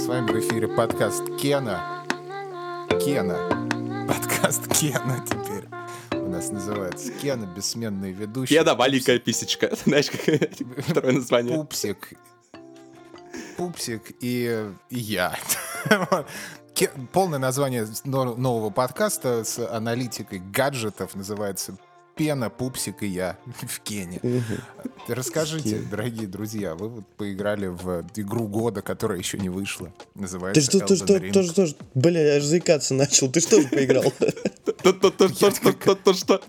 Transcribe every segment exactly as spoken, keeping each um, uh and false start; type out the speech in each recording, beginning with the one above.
вами в эфире подкаст Кена. Кена. Подкаст Кена теперь у нас называется. Кена, бессменный ведущий. Кена, маленькая писечка. Знаешь, как второе название? Пупсик. Пупсик и, и я. Полное название нового подкаста с аналитикой гаджетов называется «Пена, Пупсик и я в Кене». Угу. Расскажите, дорогие друзья, вы вот поиграли в игру года, которая еще не вышла. Называется Ты что, ты что, тоже, тоже, бля, я аж заикаться начал. Ты что же поиграл? То что?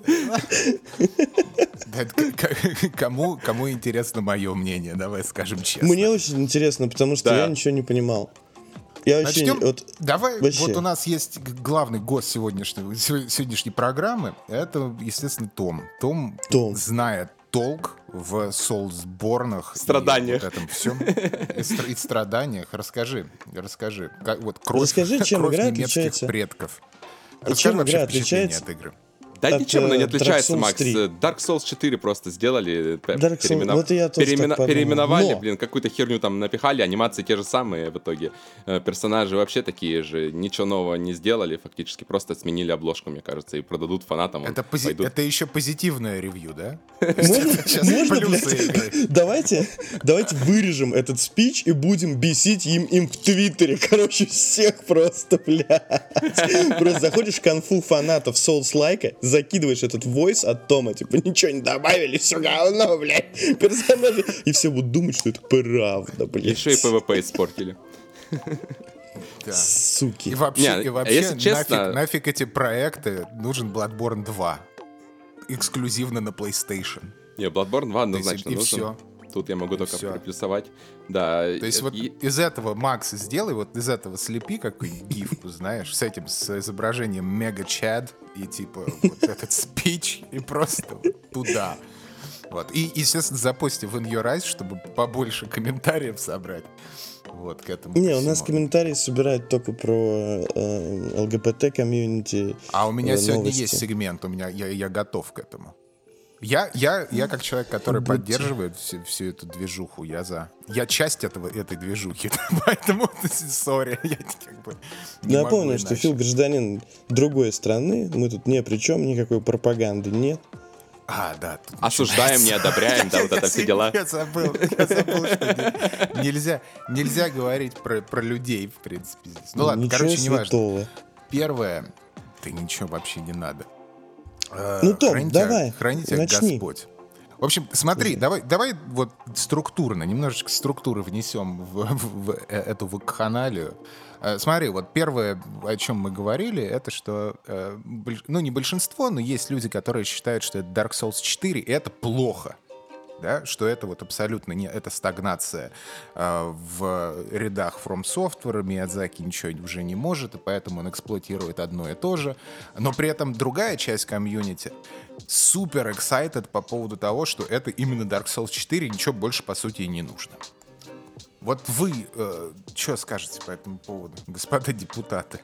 Кому интересно мое мнение, давай скажем честно. Мне очень интересно, потому что я ничего не понимал. Я Начнем. Вообще, вот, Давай, вообще. Вот у нас есть главный гость сегодняшней, сегодняшней программы. Это, естественно, Том. Том, Том. знает толк в Soulsborne'ах. Страданиях. И вот этом всем. И, и страданиях. Расскажи, расскажи. Как, вот, кровь, Расскажи, чем кровь игра немецких отличается. предков. И Расскажи чем вообще игра впечатление отличается от игры. Да от, ничем она не э, отличается, Dark Souls Макс. три. Dark Souls четыре просто сделали, Dark Souls, переимена... вот и я тоже переимена... так подумал. переименовали, Но... блин, какую-то херню там напихали, анимации те же самые в итоге. Э, персонажи вообще такие же, ничего нового не сделали, фактически просто сменили обложку, мне кажется, и продадут фанатам. Это, пози... пойдут. Это еще позитивное ревью, да? Можно, блядь, давайте, давайте вырежем этот спич и будем бесить им, им в Твиттере, короче, всех просто, блядь. Просто заходишь в конфу фанатов Souls-лайка, закидываешь этот войс от Тома, типа, ничего не добавили, все говно, блядь, персонажи, и все будут думать, что это правда, блядь. Еще и PvP испортили. Да. Суки. И вообще, Не, и вообще если честно... нафиг, нафиг эти проекты, нужен Bloodborne два. Эксклюзивно на PlayStation. Не, Bloodborne два однозначно и нужен. все. Тут я могу И только всё. приплюсовать. Да. То есть и... вот из этого, Макс, сделай, вот из этого слепи какую-нибудь гифку, знаешь, с этим, с изображением Мега Чад и типа вот этот спич, и просто вот туда. Вот. И, естественно, запусти в In Your Eyes, чтобы побольше комментариев собрать. Вот, к этому. Не, у нас комментарии собирают только про э, ЛГБТ-комьюнити. А у меня э, сегодня новости. есть сегмент, у меня, я, я готов к этому. Я, я, я как человек, который Будьте. поддерживает всю, всю эту движуху, я за. Я часть этого, этой движухи, поэтому, сори, я как бы не могу Напомню, иначе. что Фил гражданин другой страны, мы тут ни при чем, никакой пропаганды нет. А, да. тут Осуждаем, не одобряем, да, вот это все дела. Я забыл, я забыл, что не- нельзя, нельзя говорить про, про людей, в принципе, здесь. Ну ладно, Ничего короче, неважно. святого. Первое, ты ничего вообще не надо. Э, Ну, Том, храни тебя- давай, храни тебя начни. Господь. В общем, смотри, давай, давай вот структурно, немножечко структуры внесем в, в- в эту вакханалию. Э, Смотри, вот первое, о чем мы говорили, это что, э, больш- ну не большинство, но есть люди, которые считают, что это Dark Souls четыре, и это плохо. Да, что это вот абсолютно не, это стагнация э, в рядах From Software, Миядзаки ничего уже не может, и поэтому он эксплуатирует одно и то же. Но при этом другая часть комьюнити супер excited по поводу того, что это именно Dark Souls четыре, ничего больше по сути и не нужно. Вот вы э, что скажете по этому поводу, господа депутаты?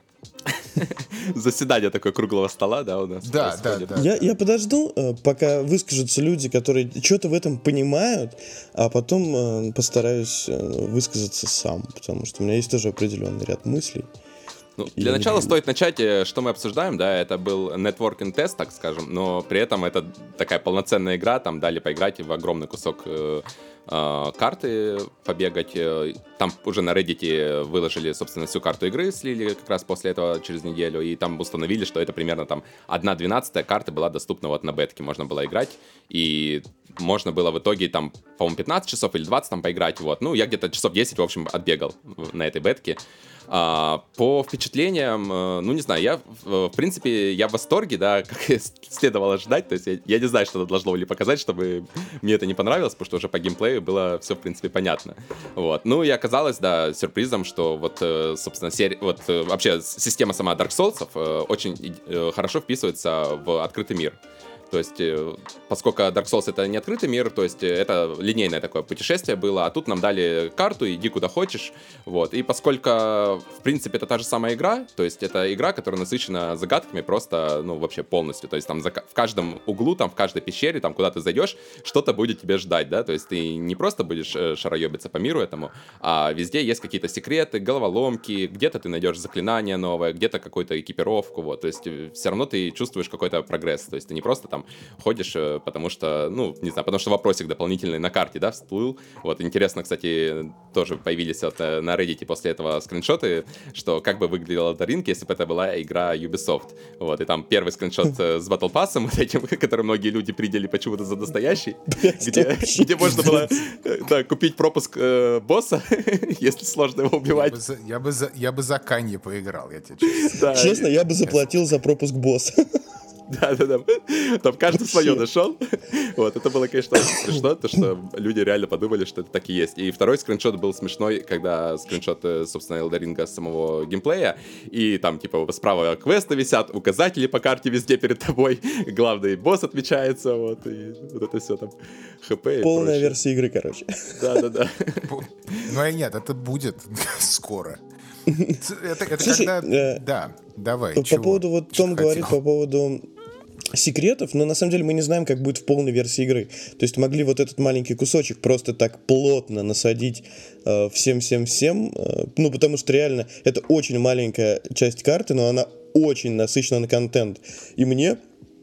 Заседание такое круглого стола, да, у нас Да, происходит. да, да. Я, я подожду, э, пока выскажутся люди, которые что-то в этом понимают, а потом э, постараюсь э, высказаться сам, потому что у меня есть тоже определенный ряд мыслей. Ну, для И- начала стоит начать, э, что мы обсуждаем, да, это был networking тест, так скажем, но при этом это такая полноценная игра, там дали поиграть в огромный кусок э, э, карты, побегать, э, там уже на Reddit выложили, собственно, всю карту игры, слили как раз после этого через неделю, и там установили, что это примерно там одна двенадцатая карты была доступна вот на бетке, можно было играть, и можно было в итоге там, по-моему, пятнадцать часов или двадцать там поиграть, вот, ну, я где-то часов десять, в общем, отбегал на этой бетке. А, по впечатлениям, э, ну не знаю, я в, в принципе я в восторге, да, как и следовало ожидать, то есть я, я не знаю, что это должно были показать, чтобы мне это не понравилось, потому что уже по геймплею было все в принципе понятно, вот. Ну и оказалось, да, сюрпризом, что вот, э, собственно, серия, вот э, вообще система сама Dark Souls э, очень э, хорошо вписывается в открытый мир. То есть, поскольку Dark Souls — это не открытый мир, то есть это линейное такое путешествие было, а тут нам дали карту, иди куда хочешь, вот. И поскольку, в принципе, это та же самая игра, то есть это игра, которая насыщена загадками просто, ну, вообще полностью. То есть там в каждом углу, там в каждой пещере, там куда ты зайдешь, что-то будет тебе ждать, да, то есть ты не просто будешь шароебиться по миру этому, а везде есть какие-то секреты, головоломки, где-то ты найдешь заклинание новое, где-то какую-то экипировку, вот, то есть все равно ты чувствуешь какой-то прогресс, то есть ты не просто там ходишь, потому что, ну, не знаю, потому что вопросик дополнительный на карте, да, всплыл, вот, интересно, кстати, тоже появились вот на Reddit после этого скриншоты, что как бы выглядела Elden Ring, если бы это была игра Ubisoft, вот, и там первый скриншот с Battle Pass'ом, вот этим, который многие люди приняли почему-то за настоящий, где, где можно было, да, купить пропуск э, босса, если сложно его убивать. Я бы за, я бы за, я бы за Канье поиграл, я тебе честно. Да, честно, я бы заплатил за пропуск босса. Да-да-да, там каждый свое нашел. Вот, это было, конечно, очень смешно, то, что люди реально подумали, что это так и есть. И второй скриншот был смешной, когда скриншот, собственно, Elden Ring самого геймплея, и там, типа, справа квесты висят, указатели по карте везде перед тобой, главный босс отмечается, вот, и вот это все там, хп и полная версия игры, короче. Да-да-да. Ну и нет, это будет скоро. Это, это Слушай, когда... э, да, давай. По чего? поводу, вот Что Том говорит по поводу секретов, но на самом деле мы не знаем, как будет в полной версии игры. То есть могли вот этот маленький кусочек просто так плотно насадить э, всем-всем-всем, э, ну потому что реально это очень маленькая часть карты, но она очень насыщена на контент. И мне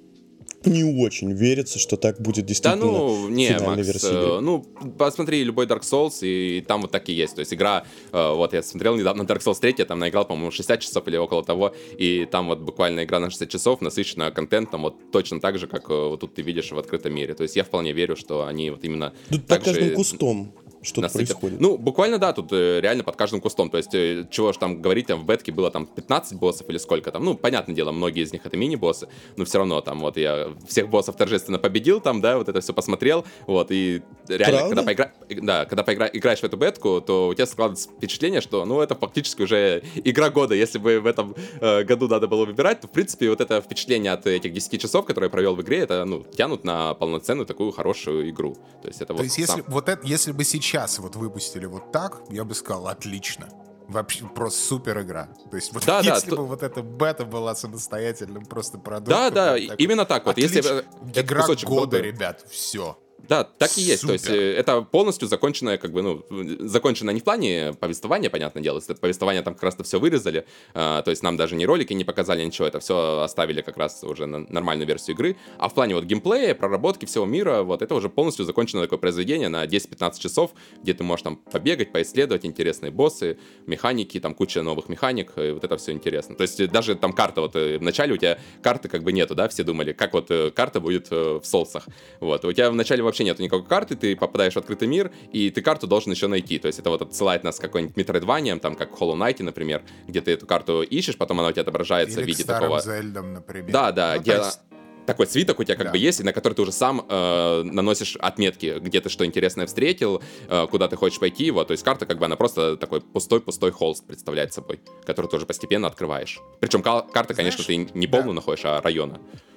не очень верится, что так будет действительно. Да ну, не, финальной Макс, версии игры. э, ну, посмотри любой Dark Souls, и там вот так и есть. То есть игра, э, вот я смотрел недавно Dark Souls три, я там наиграл, по-моему, шестьдесят часов или около того, и там вот буквально игра на шестьдесят часов, насыщенная контентом, вот точно так же, как э, вот тут ты видишь в открытом мире. То есть я вполне верю, что они вот именно Тут так под каждым же... кустом что-то насыпят. происходит. Ну, буквально, да, тут э, реально под каждым кустом. То есть, э, чего ж там говорить, там в бетке было там пятнадцать боссов или сколько там. Ну, понятное дело, многие из них это мини-боссы, но все равно там вот я всех боссов торжественно победил там, да, вот это все посмотрел, вот, и реально, Правда? когда поигра... да, когда поигра... играешь в эту бетку, то у тебя складывается впечатление, что, ну, это фактически уже игра года. Если бы в этом э, году надо было выбирать, то, в принципе, вот это впечатление от этих десяти часов, которые я провел в игре, это, ну, тянут на полноценную такую хорошую игру. То есть, это То вот есть сам... если, вот это, если бы сейчас вот выпустили вот так, я бы сказал, отлично. Вообще просто супер игра. То есть вот Да, если да, бы то... вот эта бета была самостоятельным просто продуктом. Да, да, вот именно так вот. Если отлично. этот Игра кусочек был года, бы... ребят, все. Да, так и есть. То есть Супер. э, это полностью законченное, как бы, ну, законченное не в плане повествования, понятное дело. Это повествование там как раз-то все вырезали. Э, то есть нам даже ни ролики не показали, ничего. Это все оставили как раз уже на нормальную версию игры. А в плане вот геймплея, проработки всего мира, вот это уже полностью законченное такое произведение на десять-пятнадцать часов, где ты можешь там побегать, поисследовать интересные боссы, механики, там куча новых механик, и вот это все интересно. То есть даже там карта, вот э, в начале у тебя карты как бы нету, да, все думали, как вот э, карта будет э, в соусах. Вот, у тебя в начале вообще нету никакой карты, ты попадаешь в открытый мир, и ты карту должен еще найти. То есть это вот отсылает нас к какой-нибудь Metroidvania, там как в Hollow Knight, например, где ты эту карту ищешь, потом она у тебя отображается Или в виде к старым такого... Зельдам, например. Да, да, Ну, где... то есть... Такой свиток у тебя как Да. бы есть, и на который ты уже сам э, наносишь отметки, где ты что интересное встретил, э, куда ты хочешь пойти, вот, то есть карта как бы она просто такой пустой-пустой холст представляет собой, который ты уже постепенно открываешь. Причем кал- карта, конечно, Знаешь, ты не полную да. находишь, а района.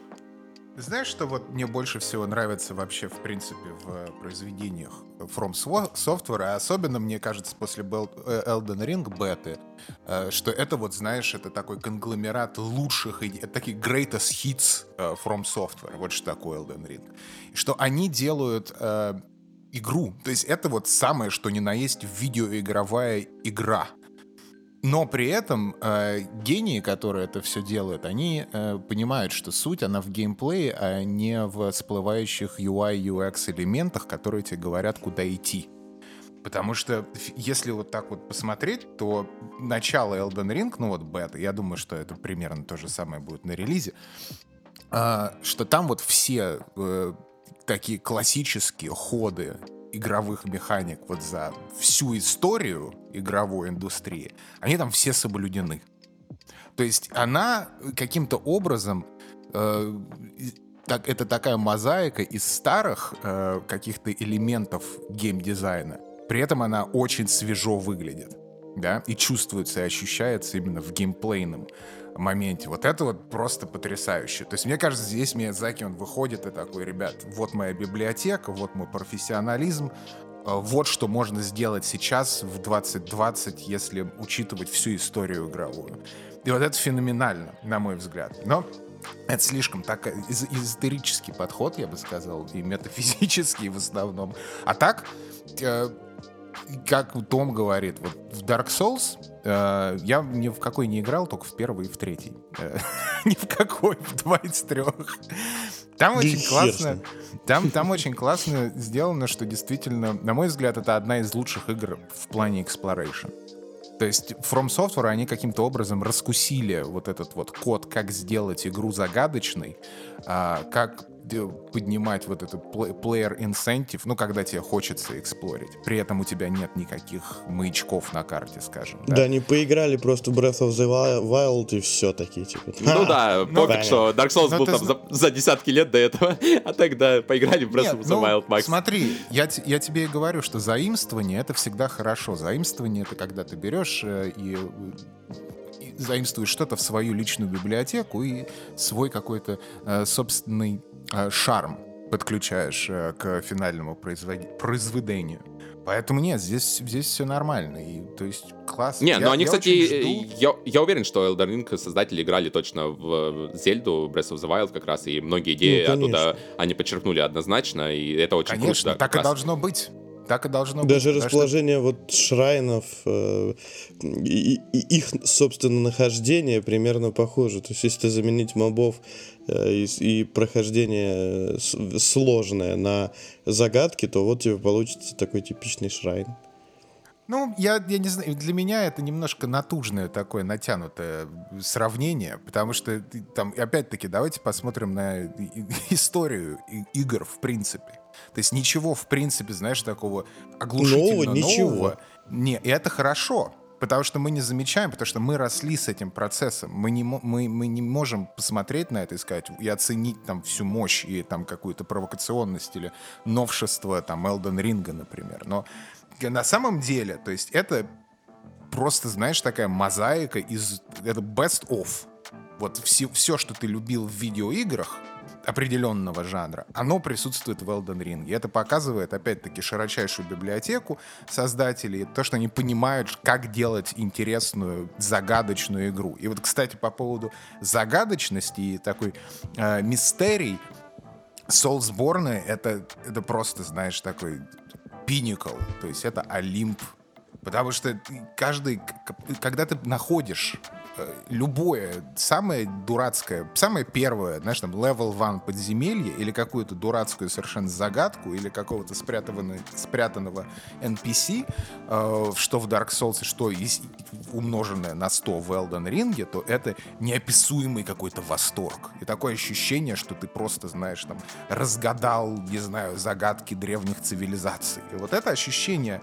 Знаешь, что вот мне больше всего нравится вообще, в принципе, в произведениях From Software, а особенно, мне кажется, после Bel- э, Elden Ring беты, э, что это вот, знаешь, это такой конгломерат лучших, иде- это такие greatest hits э, From Software, вот что такое Elden Ring. И что они делают э, игру, то есть это вот самое, что ни на есть видеоигровая игра. Но при этом э, гении, которые это все делают, они э, понимают, что суть, она в геймплее, а не в всплывающих ю ай ю экс элементах, которые тебе говорят, куда идти. Потому что если вот так вот посмотреть, то начало Elden Ring, ну вот бета, я думаю, что это примерно то же самое будет на релизе, э, что там вот все э, такие классические ходы игровых механик вот за всю историю игровой индустрии, они там все соблюдены. То есть она каким-то образом э, так, это такая мозаика из старых э, каких-то элементов геймдизайна. При этом она очень свежо выглядит, да, и чувствуется, и ощущается именно в геймплейном моменте. Вот это вот просто потрясающе. То есть мне кажется, здесь Миядзаки, он выходит и такой: ребят, вот моя библиотека, вот мой профессионализм, вот что можно сделать сейчас в двадцать двадцать, если учитывать всю историю игровую. И вот это феноменально, на мой взгляд. Но это слишком так эз- эзотерический подход, я бы сказал, и метафизический в основном. А так, э, как Том говорит, вот в Dark Souls э, я ни в какой не играл, только в первый и в третий. Э, ни в какой, в два из трех. Там очень классно, там, там очень классно сделано, что действительно, на мой взгляд, это одна из лучших игр в плане exploration. То есть From Software, они каким-то образом раскусили вот этот вот код, как сделать игру загадочной, а, как поднимать вот этот player incentive, ну, когда тебе хочется эксплорить. При этом у тебя нет никаких маячков на карте, скажем. Да, да, они поиграли просто в Breath of the Wild и все такие, типа. Ну да, пофиг, что Dark Souls был там за десятки лет до этого, а тогда поиграли в Breath of the Wild, Макс. Смотри, я тебе и говорю, что заимствование — это всегда хорошо. Заимствование — это когда ты берешь и заимствуешь что-то в свою личную библиотеку и свой какой-то э, собственный э, шарм подключаешь э, к финальному производ... произведению. Поэтому нет, здесь, здесь все нормально. И, то есть классно. Не, я, ну они, я кстати, жду... я, я уверен, что Elden Ring создатели играли точно в Зельду, Breath of the Wild как раз, и многие идеи ну, оттуда они подчеркнули однозначно, и это очень конечно, круто. Да, так и раз. должно быть. Так и должно Даже быть. Даже расположение что... вот шрайнов э, и, и их, собственно, нахождение примерно похоже. То есть, если заменить мобов э, и, и прохождение сложное на загадки, то вот тебе получится такой типичный шрайн. Ну, я, я не знаю, для меня это немножко натужное такое, натянутое сравнение, потому что там, опять-таки, давайте посмотрим на историю игр в принципе. То есть ничего, в принципе, знаешь, такого оглушительно нового. Ничего. нового. Не, и это хорошо, потому что мы не замечаем, потому что мы росли с этим процессом. Мы не, мы, мы не можем посмотреть на это и сказать, и оценить там всю мощь и там какую-то провокационность или новшество там Elden Ring, например. Но на самом деле, то есть это просто, знаешь, такая мозаика из... Это best of. Вот все, все, что ты любил в видеоиграх определенного жанра, оно присутствует в Elden Ring. И это показывает, опять-таки, широчайшую библиотеку создателей, то, что они понимают, как делать интересную, загадочную игру. И вот, кстати, по поводу загадочности и такой э, мистерий, Soulsborne — это, это просто, знаешь, такой pinnacle, то есть это Олимп. Потому что каждый, когда ты находишь любое, самое дурацкое, самое первое, знаешь, там, level один подземелье или какую-то дурацкую совершенно загадку или какого-то спрятанного, спрятанного эн пи си, э, что в Dark Souls, что есть умноженное на сто в Elden Ring, то это неописуемый какой-то восторг. И такое ощущение, что ты просто, знаешь, там, разгадал, не знаю, загадки древних цивилизаций. И вот это ощущение...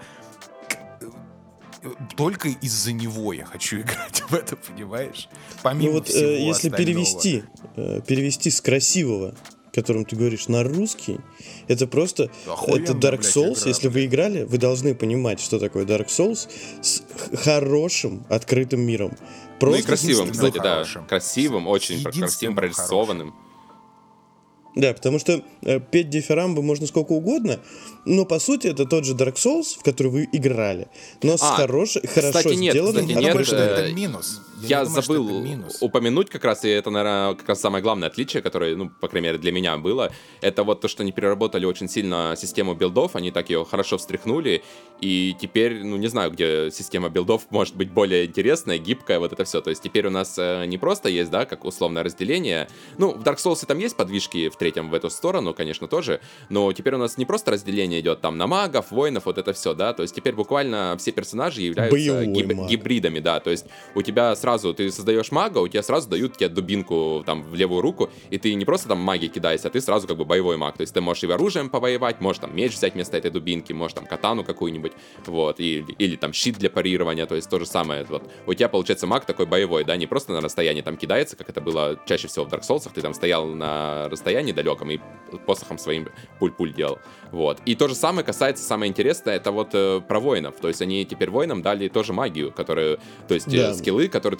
Только из-за него я хочу играть в это, понимаешь? Помимо ну вот, всего э, если остального. перевести, э, перевести с красивого, которым ты говоришь, на русский, это просто охуенно, это Dark Souls. Блядь, если вы играли, вы должны понимать, что такое Dark Souls с хорошим открытым миром. Просто ну и красивым, кстати, да. Красивым, очень красивым, прорисованным. Да, потому что э, петь дифирамбы можно сколько угодно, но по сути это тот же Dark Souls, в который вы играли, но с а, хорош, хорошо кстати, нет, сделанным. Кстати, нет, что это минус. Я, я думаю, забыл упомянуть как раз, и это, наверное, как раз самое главное отличие, которое, ну, по крайней мере, для меня было, это вот то, что они переработали очень сильно систему билдов, они так ее хорошо встряхнули, и теперь, ну, не знаю, где система билдов может быть более интересная, гибкая, вот это все. То есть теперь у нас э, не просто есть, да, как условное разделение. Ну, в Dark Souls там есть подвижки в третьем в эту сторону, конечно, тоже, но теперь у нас не просто разделение идет там на магов, воинов, вот это все, да, то есть теперь буквально все персонажи являются гиб- гибридами, да, то есть у тебя сразу ты создаешь мага, у тебя сразу дают тебе дубинку там в левую руку, и ты не просто там магией кидаешься, а ты сразу как бы боевой маг, то есть ты можешь и оружием повоевать, можешь там меч взять вместо этой дубинки, можешь там катану какую-нибудь, вот, и, или там щит для парирования, то есть то же самое, вот, у тебя получается маг такой боевой, да, не просто на расстоянии там кидается, как это было чаще всего в Dark Souls, ты там стоял на расстоянии далеком и посохом своим пуль-пуль делал, вот, и то же самое касается, самое интересное, это вот э, про воинов, то есть они теперь воинам дали тоже магию, которую, то есть да. э, скиллы, которые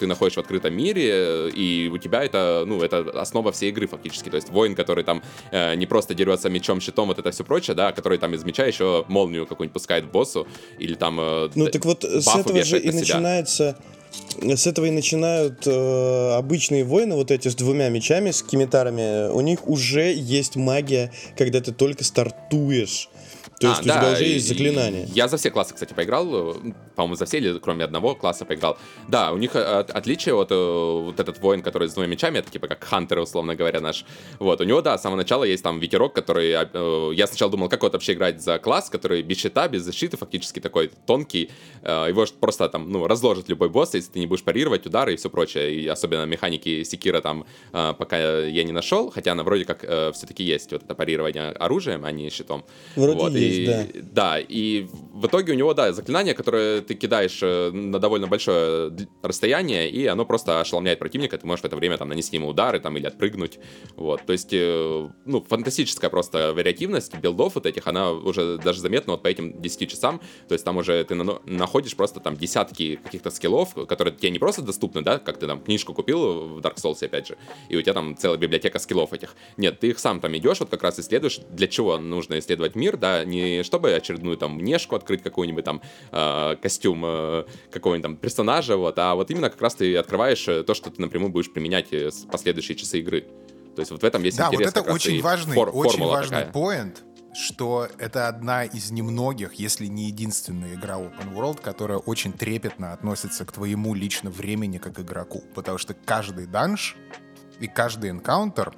ты находишь в открытом мире, и у тебя это, ну, это основа всей игры фактически. То есть воин, который там э, не просто дерется мечом, щитом, вот это все прочее, да, который там из меча еще молнию какую-нибудь пускает боссу, или там э, ну так вот с этого же и начинается... С этого и начинают э, обычные воины, вот эти с двумя мечами, с кимитарами. У них уже есть магия, когда ты только стартуешь. То есть а, у да, тебя уже есть заклинания. Я за все классы, кстати, поиграл. По-моему, за все или кроме одного класса поиграл. Да, у них от, отличие от вот этот воин, который с двумя мечами, это типа как хантер, условно говоря, наш. Вот, у него, да, с самого начала есть там ветерок, который... Я сначала думал, как вот вообще играть за класс, который без щита, без защиты, фактически такой тонкий. Его просто там, ну, разложит любой босс, если ты не будешь парировать удары и все прочее. И особенно механики секира там пока я не нашел, хотя она вроде как все-таки есть, вот это парирование оружием, а не щитом. Вроде вот, есть. И, да. да, и в итоге у него, да, заклинание, которое ты кидаешь на довольно большое расстояние, и оно просто ошеломляет противника, ты можешь в это время там нанести ему удары там, или отпрыгнуть, вот, то есть, ну, фантастическая просто вариативность билдов вот этих, она уже даже заметна вот по этим десяти часам, то есть там уже ты на- находишь просто там десятки каких-то скиллов, которые тебе не просто доступны, да, как ты там книжку купил в Dark Souls, опять же, и у тебя там целая библиотека скиллов этих, нет, ты их сам там идешь, вот как раз исследуешь, для чего нужно исследовать мир, да, не чтобы очередную там внешку открыть, какой-нибудь там э, костюм э, какого-нибудь там персонажа, вот, а вот именно как раз ты открываешь то, что ты напрямую будешь применять в последующие часы игры. То есть вот в этом есть да, интерес. Да, вот это очень важный, фор- очень важный такая. поинт, что это одна из немногих, если не единственная игра Open World, которая очень трепетно относится к твоему лично времени как игроку, потому что каждый данж и каждый энкаунтер,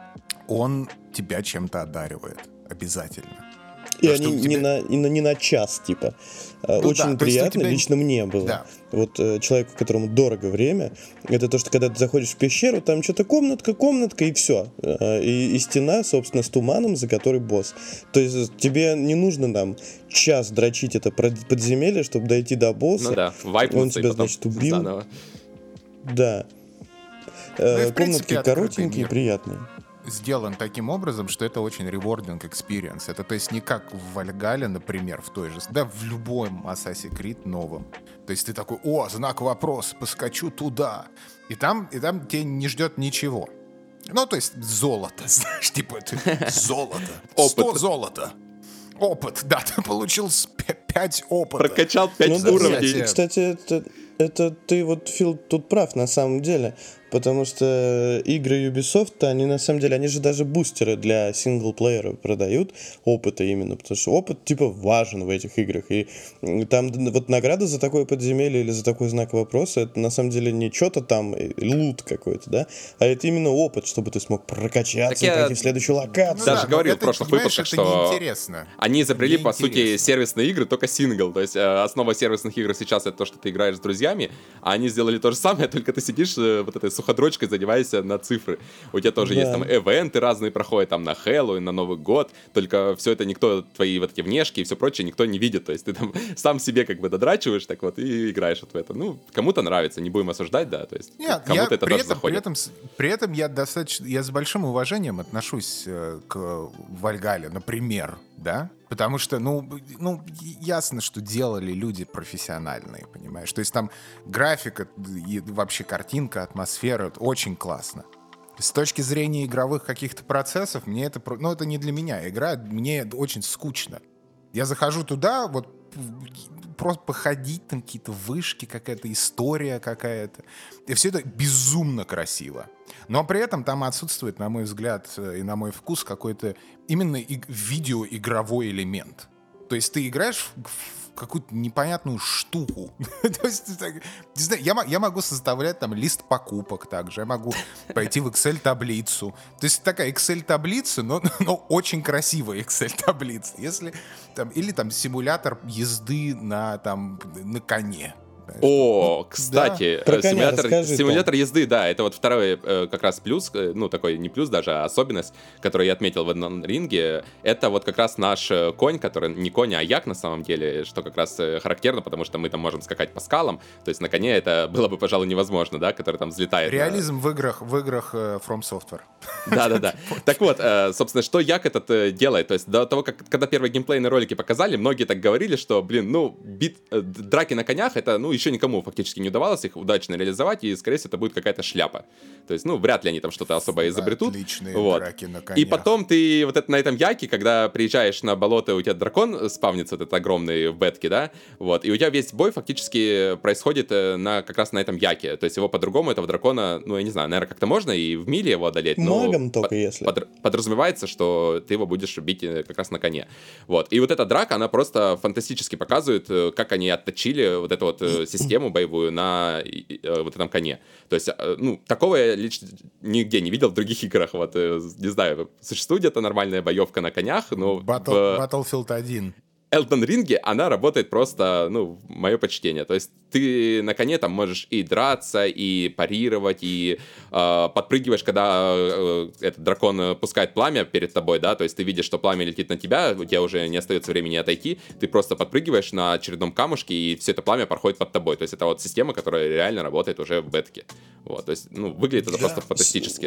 он тебя чем-то одаривает обязательно. И да, они не, тебе... на, не, на, не на час, типа. Ну, очень да, приятно, тебя... лично мне было. Да. Вот э, человеку, которому дорого время, это то, что когда ты заходишь в пещеру, там что-то комнатка, комнатка, и все. Э, и, и стена, собственно, с туманом, за которой босс. То есть тебе не нужно там час дрочить это подземелье, чтобы дойти до босса. Ну да, он тебя, значит, убил. Заново. Да. Э, ну, комнатки принципе, коротенькие, приятные. Сделан таким образом, что это очень rewarding experience. Это, то есть, не как в Вальгалле, например, в той же, да, в любом Assassin's Creed новом. То есть ты такой, о, знак вопроса, поскочу туда. И там, и там тебя не ждет ничего. Ну, то есть золото, знаешь, типа золото, сто золота. Опыт, да, ты получил пять опыта. Прокачал пять ну, уровней. Да, кстати, это, это ты вот, Фил, тут прав на самом деле. Потому что игры Ubisoft, они на самом деле, они же даже бустеры для синглплеера продают, опыта именно, потому что опыт типа важен в этих играх. И там вот награда за такое подземелье или за такой знак вопроса, это на самом деле не что-то там, лут какой-то, да, а это именно опыт, чтобы ты смог прокачаться и я... пройти в следующую локацию. Ну, даже да, говорил в прошлых выпусках, что они изобрели, по сути, сервисные игры, только сингл. То есть э, основа сервисных игр сейчас это то, что ты играешь с друзьями, а они сделали то же самое, только ты сидишь э, вот этой суходрочкой, задеваешься на цифры. У тебя тоже да. есть там эвенты разные проходят, там на Хэллоуин, на Новый год, только все это никто, твои вот эти внешки и все прочее, никто не видит. То есть ты там сам себе как бы додрачиваешь так вот и играешь вот в это. Ну, кому-то нравится, не будем осуждать, да, то есть Нет, кому-то я это при тоже этом, заходит. При этом, при этом я достаточно, я с большим уважением отношусь э, к Вальгалле, например, да, потому что, ну, ну, ясно, что делали люди профессиональные, понимаешь? То есть там графика и вообще картинка, атмосфера, это очень классно. С точки зрения игровых каких-то процессов, мне это, ну, это не для меня. Игра, мне очень скучно. Я захожу туда, вот, просто походить, там какие-то вышки, какая-то история какая-то. И все это безумно красиво. Но при этом там отсутствует, на мой взгляд и на мой вкус, какой-то именно и- видеоигровой элемент. То есть ты играешь в, в какую-то непонятную штуку. То есть, не знаю, я, я могу составлять там лист покупок также, я могу пойти в Excel-таблицу. То есть такая Excel-таблица, но, но очень красивая Excel-таблица. Если, там, или там симулятор езды на, там, на коне. О, кстати, да. симулятор, расскажи, симулятор езды, да, это вот второй э, как раз плюс, э, ну такой не плюс даже, а особенность, которую я отметил в одном ринге, это вот как раз наш конь, который не конь, а як на самом деле, что как раз характерно, потому что мы там можем скакать по скалам, то есть на коне это было бы, пожалуй, невозможно, да, который там взлетает. Реализм на... в играх, в играх From Software. Да-да-да. Так вот, собственно, что Як этот делает? То есть до того, как когда первые геймплейные ролики показали, многие так говорили, что, блин, ну, бит, драки на конях, это, ну, еще никому фактически не удавалось их удачно реализовать, и, скорее всего, это будет какая-то шляпа. То есть, ну, вряд ли они там что-то особо изобретут. Отличные вот. драки на конях. И потом ты вот это на этом Яке, когда приезжаешь на болото, у тебя дракон спавнится, вот этот огромный в бетке, да, вот, и у тебя весь бой фактически происходит на, как раз на этом Яке. То есть его по-другому, этого дракона, ну, я не знаю, наверное, как-то можно и в миле его одолеть, но магом только под, если. Под, подразумевается, что ты его будешь бить как раз на коне. Вот. И вот эта драка, она просто фантастически показывает, как они отточили вот эту вот систему боевую на вот этом коне. То есть, ну, такого я лично нигде не видел в других играх. Вот, не знаю, существует где-то нормальная боевка на конях, но... Battle, в... Battlefield один. Elden Ring, она работает просто, ну, мое почтение. То есть ты на коне там можешь и драться, и парировать, и э, подпрыгиваешь, когда э, этот дракон пускает пламя перед тобой, да, то есть ты видишь, что пламя летит на тебя, у тебя уже не остается времени отойти, ты просто подпрыгиваешь на очередном камушке, и все это пламя проходит под тобой. То есть это вот система, которая реально работает уже в бетке. Вот, то есть, ну, выглядит это да. просто фантастически.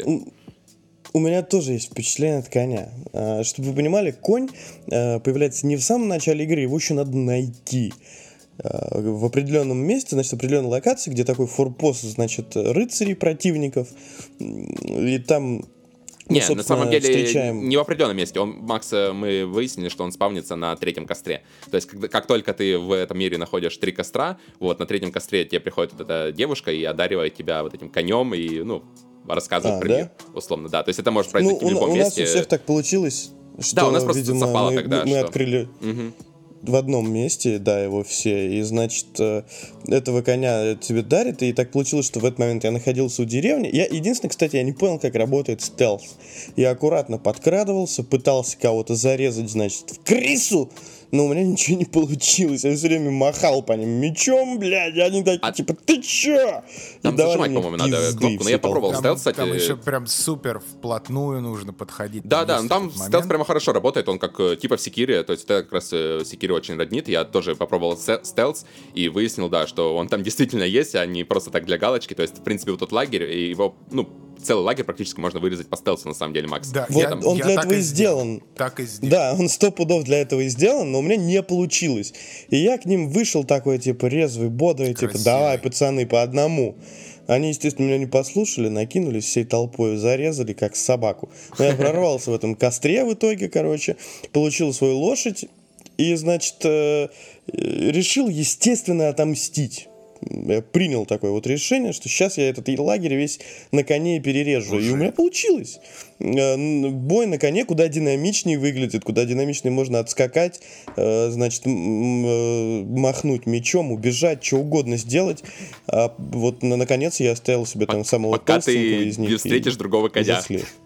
У меня тоже есть впечатление от коня. Чтобы вы понимали, конь появляется не в самом начале игры, его еще надо найти. В определенном месте, значит, в определенной локации, где такой форпост, значит, рыцарей противников, и там... Не, на самом деле, встречаем... не в определенном месте. Он, Макс, мы выяснили, что он спавнится на третьем костре. То есть, как, как только ты в этом мире находишь три костра, вот, на третьем костре тебе приходит вот эта девушка и одаривает тебя вот этим конем, и, ну, рассказывать а, про да? нее, условно, да. То есть это может произойти ну, в любом у месте. У нас у всех так получилось, что, да, у нас просто видимо, совпало мы, тогда. Мы что... открыли угу. в одном месте, да, его все, и, значит, этого коня тебе дарит, и так получилось, что в этот момент я находился у деревни. Я, единственное, кстати, я не понял, как работает стелс. Я аккуратно подкрадывался, пытался кого-то зарезать, значит, в крысу, но у меня ничего не получилось. Я все время махал по ним мечом, блядь, и они такие, а... типа, ты чё? Там зажимать, по-моему, надо кнопку, но я попробовал там, стелс, кстати. Там еще прям супер вплотную нужно подходить. Да-да, но там стелс прямо хорошо работает, он как типа в Секире, то есть это как раз Секире очень роднит. Я тоже попробовал стелс и выяснил, да, что он там действительно есть, а не просто так для галочки. То есть, в принципе, вот тот лагерь, и его, ну, целый лагерь практически можно вырезать по стелсу, на самом деле, Макс. Да, вот там, он для этого и сделан. Так и сделан. Да, он сто пудов для этого и сделан, но у меня не получилось. И я к ним вышел такой, типа, резвый, бодрый, красивый. Типа, давай, пацаны, по одному. Они, естественно, меня не послушали, накинулись всей толпой, зарезали, как собаку. Но я прорвался в этом костре в итоге, короче, получил свою лошадь и, значит, э, решил, естественно, отомстить. Я принял такое вот решение, что сейчас я этот лагерь весь на коне перережу. Уже. И у меня получилось. Бой на коне куда динамичнее выглядит, куда динамичнее можно отскакать, значит, махнуть мечом, убежать, что угодно сделать. А вот наконец я оставил себе там самого толстенького из них. Пока ты не встретишь другого коня.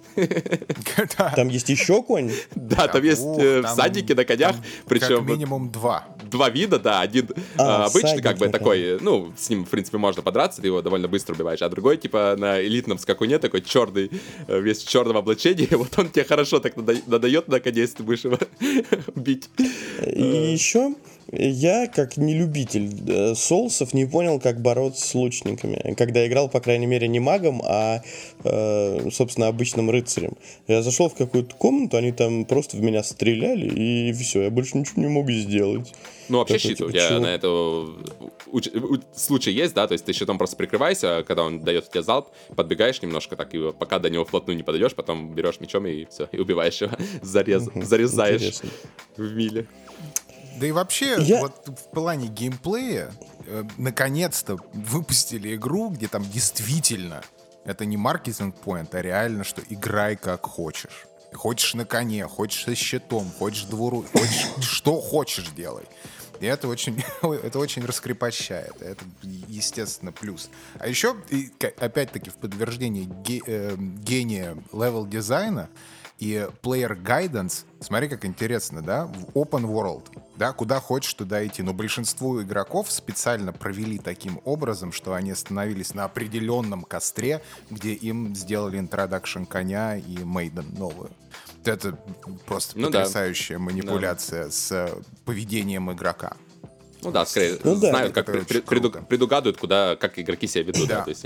Там есть еще конь? Да, там есть в садике на конях, причем... Как минимум два. Два вида, да, один а, обычный, как бы такой, ну, с ним, в принципе, можно подраться, ты его довольно быстро убиваешь, а другой, типа, на элитном скакуне, такой черный, весь в черном облачении, вот он тебе хорошо так надает, наконец, ты будешь его бить. И еще я, как нелюбитель соусов, не понял, как бороться с лучниками, когда играл, по крайней мере, не магом, а, собственно, обычным рыцарем. Я зашел в какую-то комнату, они там просто в меня стреляли, и все, я больше ничего не мог сделать. Ну, вообще щит у тебя на это случай есть, да, то есть ты щитом просто прикрываешься, когда он дает тебе залп, подбегаешь немножко, так и пока до него вплотную не подойдешь, потом берешь мечом и все, и убиваешь его, зарез, угу, зарезаешь интересно. В миле. Да и вообще, Я... вот в плане геймплея, э, наконец-то выпустили игру, где там действительно, это не маркетинг-поинт, а реально, что играй как хочешь. Хочешь на коне, хочешь со щитом, хочешь двуру, хочешь что хочешь делай. И это очень, это очень раскрепощает. Это, естественно, плюс. А еще, и, опять-таки, в подтверждении ге, э, гения левел-дизайна и player guidance, смотри, как интересно, да, в open world, да, куда хочешь, туда идти. Но большинство игроков специально провели таким образом, что они остановились на определенном костре, где им сделали интродакшн коня и мейден новую. Это просто ну потрясающая да. манипуляция да. с поведением игрока. Ну да, скорее, ну, знают, да, как при, преду, предугадывают, куда, как игроки себя ведут. Да. Да, то есть они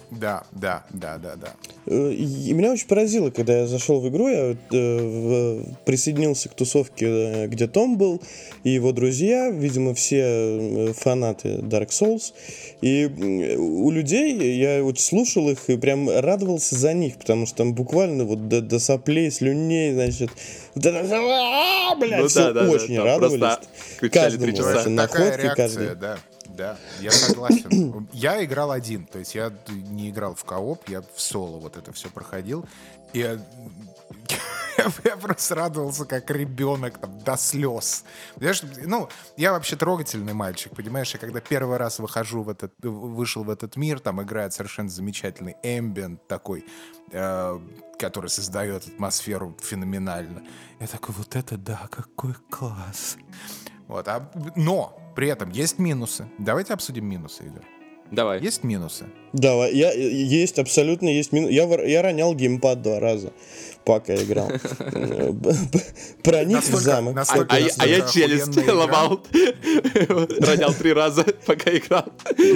Да, да, да, да, да. И меня очень поразило, когда я зашел в игру, я э, присоединился к тусовке, где Том был, и его друзья, видимо, все фанаты Dark Souls. И у людей, я вот слушал их и прям радовался за них, потому что там буквально вот до, до соплей, слюней, значит, вот это, блядь, ну, все да, да, очень да, радовались. Каждому вообще находки, каждый. Да. Да, я согласен. Я играл один, то есть я не играл в кооп, я в соло вот это все проходил. И я, я просто радовался, как ребенок, там, до слез. Понимаешь, ну, я вообще трогательный мальчик, понимаешь, я когда первый раз выхожу в этот, вышел в этот мир, там играет совершенно замечательный эмбиент такой, э, который создает атмосферу феноменально. Я такой, вот это да, какой класс. Вот, а, но при этом есть минусы. Давайте обсудим минусы, Игорь. Давай. Есть минусы? Давай, я, есть, абсолютно есть минусы. Я, я ронял геймпад два раза, пока играл. Проник в замок. А я челюсть ломал. Ронял три раза, пока играл.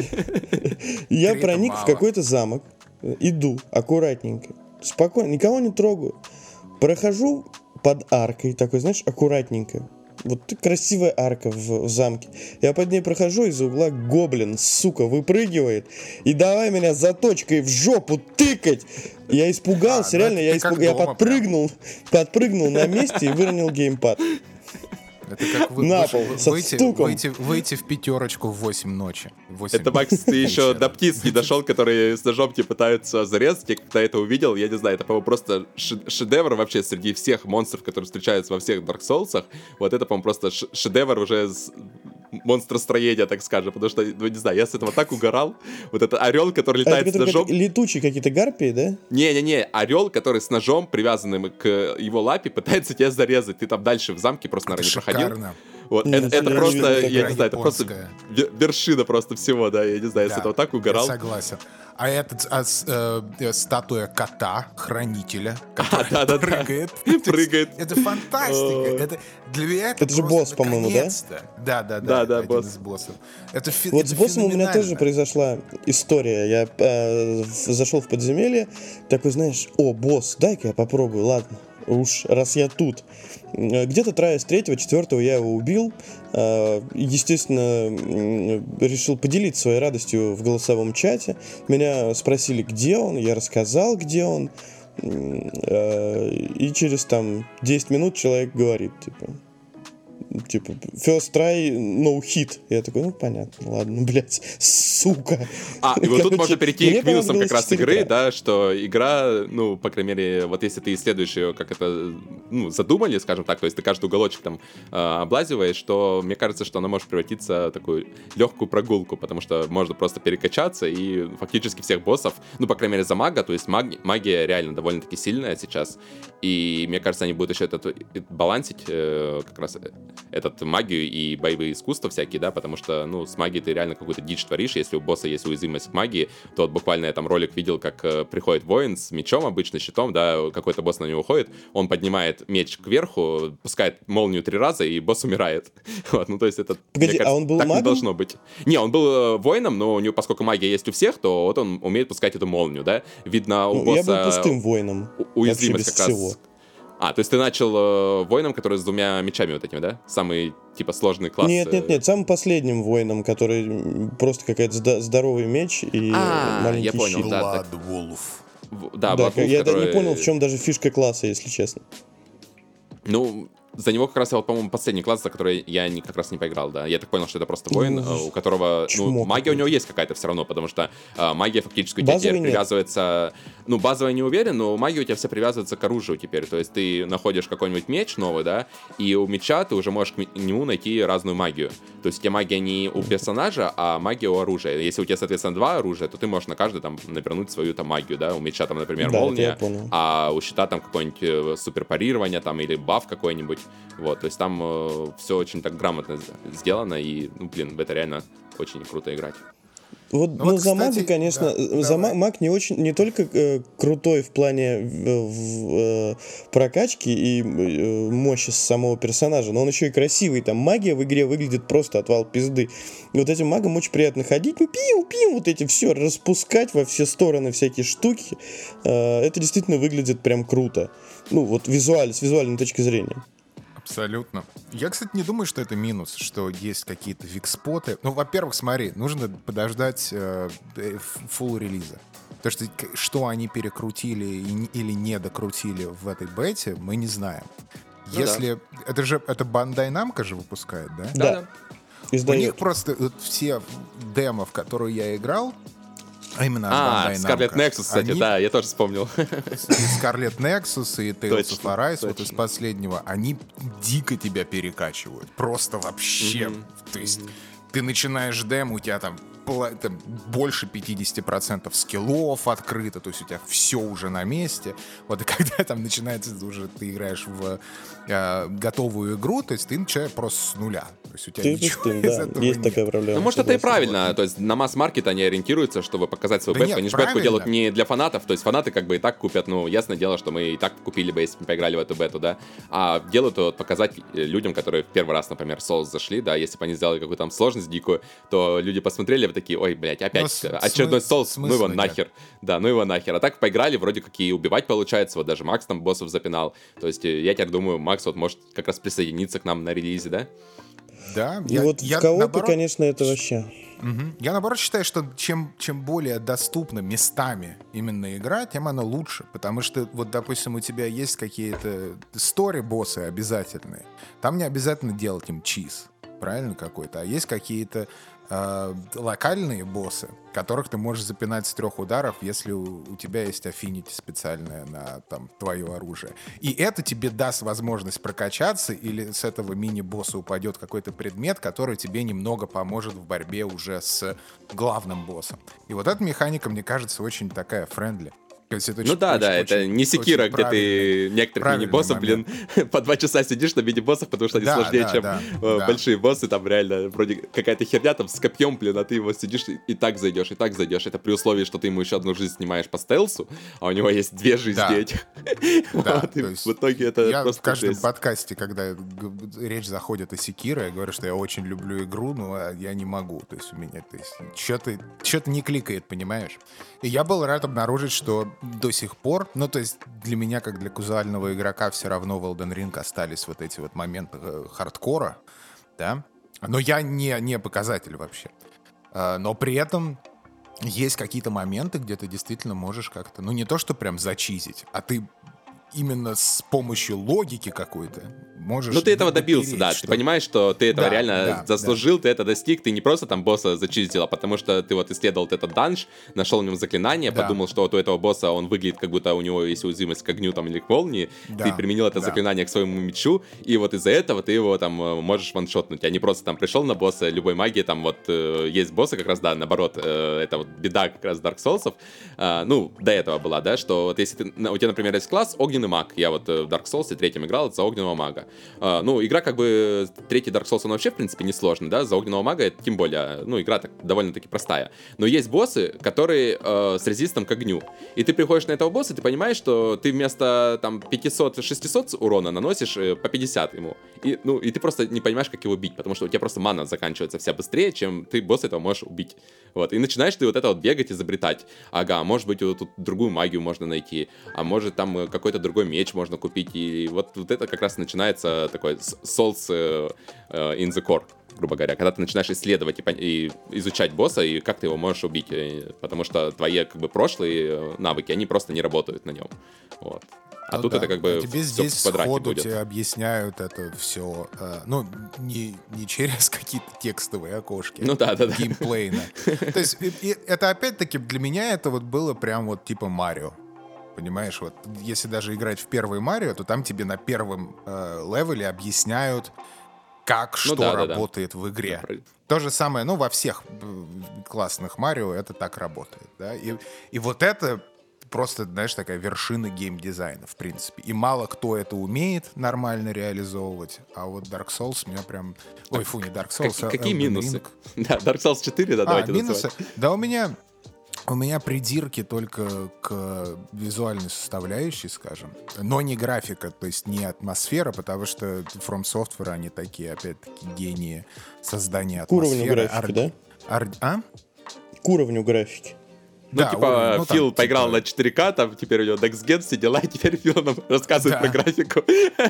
Я проник в какой-то замок. Иду аккуратненько. Спокойно, никого не трогаю. Прохожу под аркой, такой, знаешь, аккуратненько. Вот красивая арка в, в замке. Я под ней прохожу, из-за угла гоблин, сука, выпрыгивает. И давай меня заточкой в жопу тыкать. Я испугался, а, реально, я, испуг... я подпрыгнул, подпрыгнул на месте и выронил геймпад. Это как вы, на пол, вы, выйти, выйти, выйти в пятерочку в восемь ночи. восемь это, Макс, ты еще до птиц не дошел, которые с ножом тебе пытаются зарезать. Я когда это увидел, я не знаю, это, по-моему, просто шедевр вообще среди всех монстров, которые встречаются во всех Dark Souls'ах. Вот это, по-моему, просто шедевр уже с монстростроения, так скажем. Потому что, ну, не знаю, я с этого так угорал. Вот это орел, который летает а, с ножом. Летучие какие-то гарпии, да? Не-не-не, орел, который с ножом, привязанным к его лапе, пытается тебя зарезать. Ты там дальше в замке просто, наверное, не проходил. Вот, Нет, это, это просто, я не знаю, это просто вершина просто всего, да, я не знаю, да, я с этого так угорал. Я согласен. А этот а, э, статуя кота, хранителя, который а, да, прыгает. Да, прыгает. Это фантастика. Это, для меня это, это же босс, по-моему, да? Да, да, да, да, это да, один босс. из боссов. Это фи- вот это с боссом у меня тоже произошла история. Я э, зашел в подземелье, такой, знаешь, о, босс, дай-ка я попробую, ладно. Уж раз я тут. Где-то трая с третьего, четвертого я его убил. Естественно, решил поделиться своей радостью в голосовом чате. Меня спросили, где он. Я рассказал, где он. И через там десять минут человек говорит, типа... Типа, first try, no hit. Я такой, ну, понятно, ладно, блядь, сука. А, и вот тут можно перейти к минусам как раз игры, да, что игра, ну, по крайней мере, вот если ты исследуешь ее, как это, ну, задумали, скажем так, то есть ты каждый уголочек там э, облазиваешь, то мне кажется, что она может превратиться в такую легкую прогулку, потому что можно просто перекачаться и фактически всех боссов, ну, по крайней мере, за мага, то есть маги, магия реально довольно-таки сильная сейчас, и мне кажется, они будут еще это балансить э, как раз этот магию и боевые искусства всякие, да, потому что, ну, с магией ты реально какую-то дичь творишь, если у босса есть уязвимость к магии, то вот буквально я там ролик видел, как э, приходит воин с мечом, обычно щитом, да, какой-то босс на него уходит, он поднимает меч кверху, пускает молнию три раза, и босс умирает. Вот, ну, то есть это, Погоди, мне кажется, а он был так магом? Не должно быть. Не, он был э, воином, но у него, поскольку магия есть у всех, то вот он умеет пускать эту молнию, да, видно у ну, босса... Я был пустым воином. Уязвимость как всего. раз... А, то есть ты начал э, воином, который с двумя мечами вот этими, да? Самый, типа, сложный класс. Нет, нет, нет, самым последним воином, который просто какой-то зда- здоровый меч и а, маленький я понял, щит. да. Bloodwolf. Да, да, Bloodwolf, я который... не понял, в чем даже фишка класса, если честно. Ну, за него как раз, вот, по-моему, последний класс, за который я не, как раз не поиграл, да. Я так понял, что это просто воин, ну, у которого, ну, магия у него есть какая-то все равно, потому что э, магия фактически у тебя теперь привязывается... Ну, базовая не уверен, но магия у тебя вся привязывается к оружию теперь. То есть ты находишь какой-нибудь меч новый, да, и у меча ты уже можешь к нему найти разную магию. То есть у тебя магия не у персонажа, а магия у оружия. Если у тебя, соответственно, два оружия, то ты можешь на каждый там навернуть свою там магию, да. У меча там, например, да, молния, а у щита там какое-нибудь супер парирование там или баф какой-нибудь. Вот, то есть там э, все очень так грамотно сделано, и, ну, блин, в это реально очень круто играть. Вот, Ну, ну, вот, за кстати, мага, конечно, да, за давай. маг не очень, не только э, крутой в плане в, в, э, прокачки и э, мощи самого персонажа, но он еще и красивый. Там магия в игре выглядит просто отвал пизды. И вот этим магам очень приятно ходить, ну пиу-пиу, вот эти все распускать во все стороны всякие штуки. Э, это действительно выглядит прям круто. Ну, вот визуально, с визуальной точки зрения. Абсолютно. Я, кстати, не думаю, что это минус, что есть какие-то викспоты. Ну, во-первых, смотри, нужно подождать э, фулл релиза. То, что, что они перекрутили и, или не докрутили в этой бете, мы не знаем. Ну Если... Да. Это же... Это Bandai Namco же выпускает, да? Да. Да. Издает. У них просто вот, все демо, в которые я играл, а именно А, Bandai Scarlet Namco, Nexus, кстати, они... да, я тоже вспомнил. И Scarlet Nexus, и Tales Точно, of Arise, точно. вот из последнего, они дико тебя перекачивают. Просто вообще. Мгм. То есть ты начинаешь демо, у тебя там, пла- там больше пятьдесят процентов скиллов открыто, то есть у тебя все уже на месте. Вот и когда там начинается уже, ты играешь в э, готовую игру, то есть ты начинаешь просто с нуля. То есть у тебя Ты ничего пустым, из да, этого есть нет. такая проблема. Ну, может, это и согласен. правильно. То есть на масс-маркет они ориентируются, чтобы показать свою Да бетку. нет, Они же бетку правильно. делают не для фанатов. То есть фанаты как бы и так купят. Ну, ясное дело, что мы и так купили бы, если бы поиграли в эту бету, да. А делают вот показать людям, которые в первый раз, например, в Souls зашли, да, если бы они сделали какую-то там сложность дикую, то люди посмотрели бы такие, ой, блядь, опять Но с- очередной смы- Souls, ну его смысла нет. нахер. Да, ну его нахер. А так поиграли, вроде как и убивать получается. Вот даже Макс там боссов запинал. То есть э, я теперь думаю, Макс вот может как раз присоединиться к нам на релизе, да? Да, И я, вот я в коопе, наоборот- конечно, это вообще... Мгм. Я, наоборот, считаю, что чем, чем более доступна местами именно игра, тем она лучше. Потому что, вот, допустим, у тебя есть какие-то стори-боссы обязательные. Там не обязательно делать им чиз, правильно, какой-то. А есть какие-то э, локальные боссы, которых ты можешь запинать с трех ударов, если у, у тебя есть аффинити специальная на там, твое оружие. И это тебе даст возможность прокачаться, или с этого мини-босса упадет какой-то предмет, который тебе немного поможет в борьбе уже с главным боссом. И вот эта механика, мне кажется, очень такая френдли. То есть это Ну очень- да, очень- да, это очень- не секира, очень где ты правильный- некоторых правильный мини-боссов, блин, по два часа сидишь на мини-боссах, потому что они Да, сложнее, да, чем да, э, да. большие боссы, там реально вроде какая-то херня там с копьем, блин, а ты его сидишь и, и так зайдешь, и так зайдешь. Это при условии, что ты ему еще одну жизнь снимаешь по стелсу, а у него есть две жизни Да. этих. Да, Вот, и то есть в итоге это Я просто в каждом жесть. подкасте, когда г- речь заходит о Секиро, я говорю, что я очень люблю игру, но я не могу. То есть у меня то есть, что-то, что-то не кликает, понимаешь? И я был рад обнаружить, что до сих пор, ну то есть для меня, как для казуального игрока, все равно в Elden Ring остались вот эти вот моменты э, хардкора, да? Но я не, не показатель вообще. А, но при этом есть какие-то моменты, где ты действительно можешь как-то, ну не то, что прям зачизить, а ты именно с помощью логики какой-то можешь... Ну, ты этого допереть добился, да. Ты что-то. понимаешь, что ты этого Да, реально да, заслужил, ты это достиг, ты не просто там босса зачистил, а потому что ты вот исследовал вот этот данж, нашел в нем заклинание, Да. подумал, что вот у этого босса он выглядит, как будто у него есть уязвимость к огню там или к молнии, Да, ты применил это да. заклинание к своему мечу, и вот из-за этого ты его там э, можешь ваншотнуть, а не просто там пришел на босса любой магии, там вот э, есть боссы как раз, да, наоборот, э, это вот беда как раз Dark Souls'ов, э, ну, до этого была, да, что вот если ты, на- у тебя, например, есть класс огненный маг, я вот э, в Dark Souls третьем играл за огненного мага. Э, ну, игра как бы, третий Dark Souls, он вообще, в принципе, не сложный, да, за огненного мага, это тем более, ну, игра так довольно-таки простая. Но есть боссы, которые э, с резистом к огню. И ты приходишь на этого босса, и ты понимаешь, что ты вместо, там, пятьсот-шестьсот урона наносишь э, по пятьдесят ему. И, ну, и ты просто не понимаешь, как его бить, потому что у тебя просто мана заканчивается вся быстрее, чем ты босса этого можешь убить. Вот, и начинаешь ты вот это вот бегать, изобретать. Ага, может быть, вот тут другую магию можно найти, а может, там э, какой-то другой меч можно купить, и вот, вот это как раз начинается такой Souls э, э, in the core, грубо говоря, когда ты начинаешь исследовать и, пон- и изучать босса, и как ты его можешь убить, э, потому что твои, как бы, прошлые э, навыки, они просто не работают на нем, вот. А Ну тут да. это как бы А тебе всё здесь в квадрате сходу будет. тебе объясняют это все, ну, не, не через какие-то текстовые окошки, Ну да, да, да. геймплейно. То есть и- и это опять-таки для меня это вот было прям вот типа Марио. Понимаешь, вот если даже играть в первый Марио, то там тебе на первом э, левеле объясняют, как Ну что да, да, да. работает в игре. Про- То же самое, ну, во всех э, классных Марио это так работает, да, и, и вот это просто, знаешь, такая вершина геймдизайна, в принципе. И мало кто это умеет нормально реализовывать, а вот Dark Souls меня прям... Ой, фу, не Dark Souls, Как, а какие Elden минусы? Ring. Да, Dark Souls четыре, да, А, давайте минусы? называть. Да у меня... У меня придирки только к визуальной составляющей, скажем, но не графика, то есть не атмосфера, потому что From Software, они такие, опять-таки, гении создания К уровню атмосферы. графики, Ар- да? ар- А? К уровню графики. Ну, Да, типа, уровень, ну, там, Фил поиграл типа- на четыре ка, там теперь у него Next Gen, все дела, и теперь Фил нам рассказывает Да. про графику.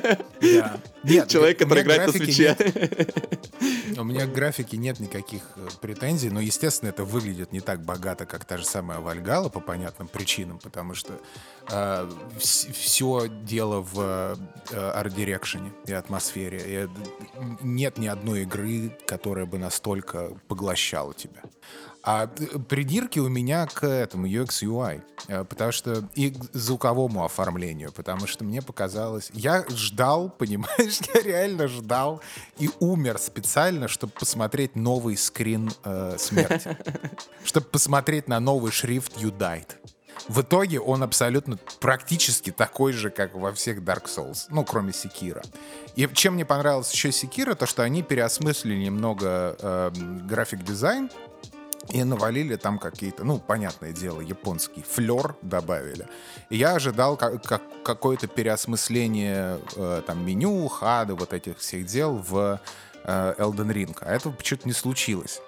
Да. Нет, Человек, у меня который играет на графики свече. нет. У меня к графике нет никаких э, претензий, но, естественно, это выглядит не так богато, как та же самая Вальгалла, по понятным причинам, потому что э, все дело в э, арт-дирекшене и атмосфере. И, э, нет ни одной игры, которая бы настолько поглощала тебя. А э, придирки у меня к этому ю экс ю ай, э, потому что и к звуковому оформлению, потому что мне показалось... Я ждал, понимаешь, я реально ждал и умер специально, чтобы посмотреть новый скрин э, смерти. Чтобы посмотреть на новый шрифт «You died». В итоге он абсолютно практически такой же, как во всех Dark Souls, ну, кроме Секира. И чем мне понравилось еще Секира, то что они переосмыслили немного э, график-дизайн, и навалили там какие-то, ну, понятное дело, японский флер добавили. И я ожидал как, как, какое-то переосмысление э, там меню, хады, вот этих всех дел в э, Elden Ring. А этого почему-то не случилось.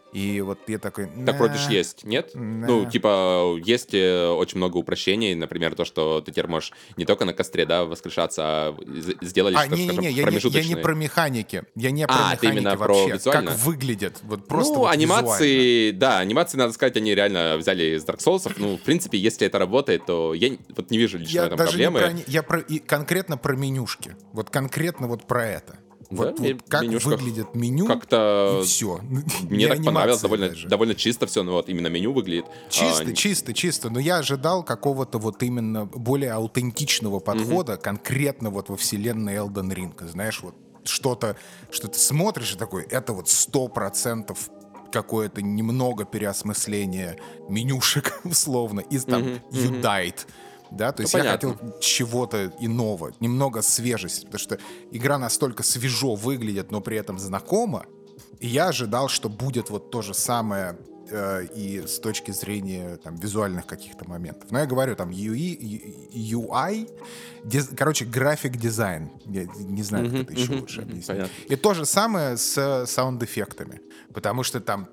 И вот я такой... Так вроде ж есть, нет? На. Ну, типа, есть э, очень много упрощений, например, то, что ты теперь можешь не только на костре, да, воскрешаться, а з- сделали, А, что, не-не-не, скажем, я, не- я промежуточные. не про механики. Я не про А, ты механики именно про вообще. визуально? Как выглядят. Вот просто ну, вот анимации, визуально. да, анимации, надо сказать, они реально взяли из Dark Souls. Ну, в принципе, если это работает, то я вот не вижу лично Я в этом даже проблемы. не про... не- Я про, и конкретно про менюшки. Вот конкретно вот про это. Вот, Да, вот и в как менюшках выглядит меню, как-то и все. Мне так понравилось, довольно, довольно чисто все, ну вот именно меню выглядит. Чисто, а, чисто, чисто. Но я ожидал какого-то вот именно более аутентичного подхода mm-hmm. конкретно вот во вселенной Elden Ring. Знаешь, вот что-то, что ты смотришь и такой, это вот сто процентов какое-то немного переосмысление менюшек, условно, из там mm-hmm. You Died. Да, то ну, есть понятно. я хотел чего-то иного, немного свежести, потому что игра настолько свежо выглядит, но при этом знакома, и я ожидал, что будет вот то же самое э, и с точки зрения там, визуальных каких-то моментов. Но я говорю, там ю и, ю ай, диз, короче, график-дизайн, я не знаю, как mm-hmm, это еще mm-hmm, лучше объяснить. понятно. И то же самое с саунд-эффектами, потому что там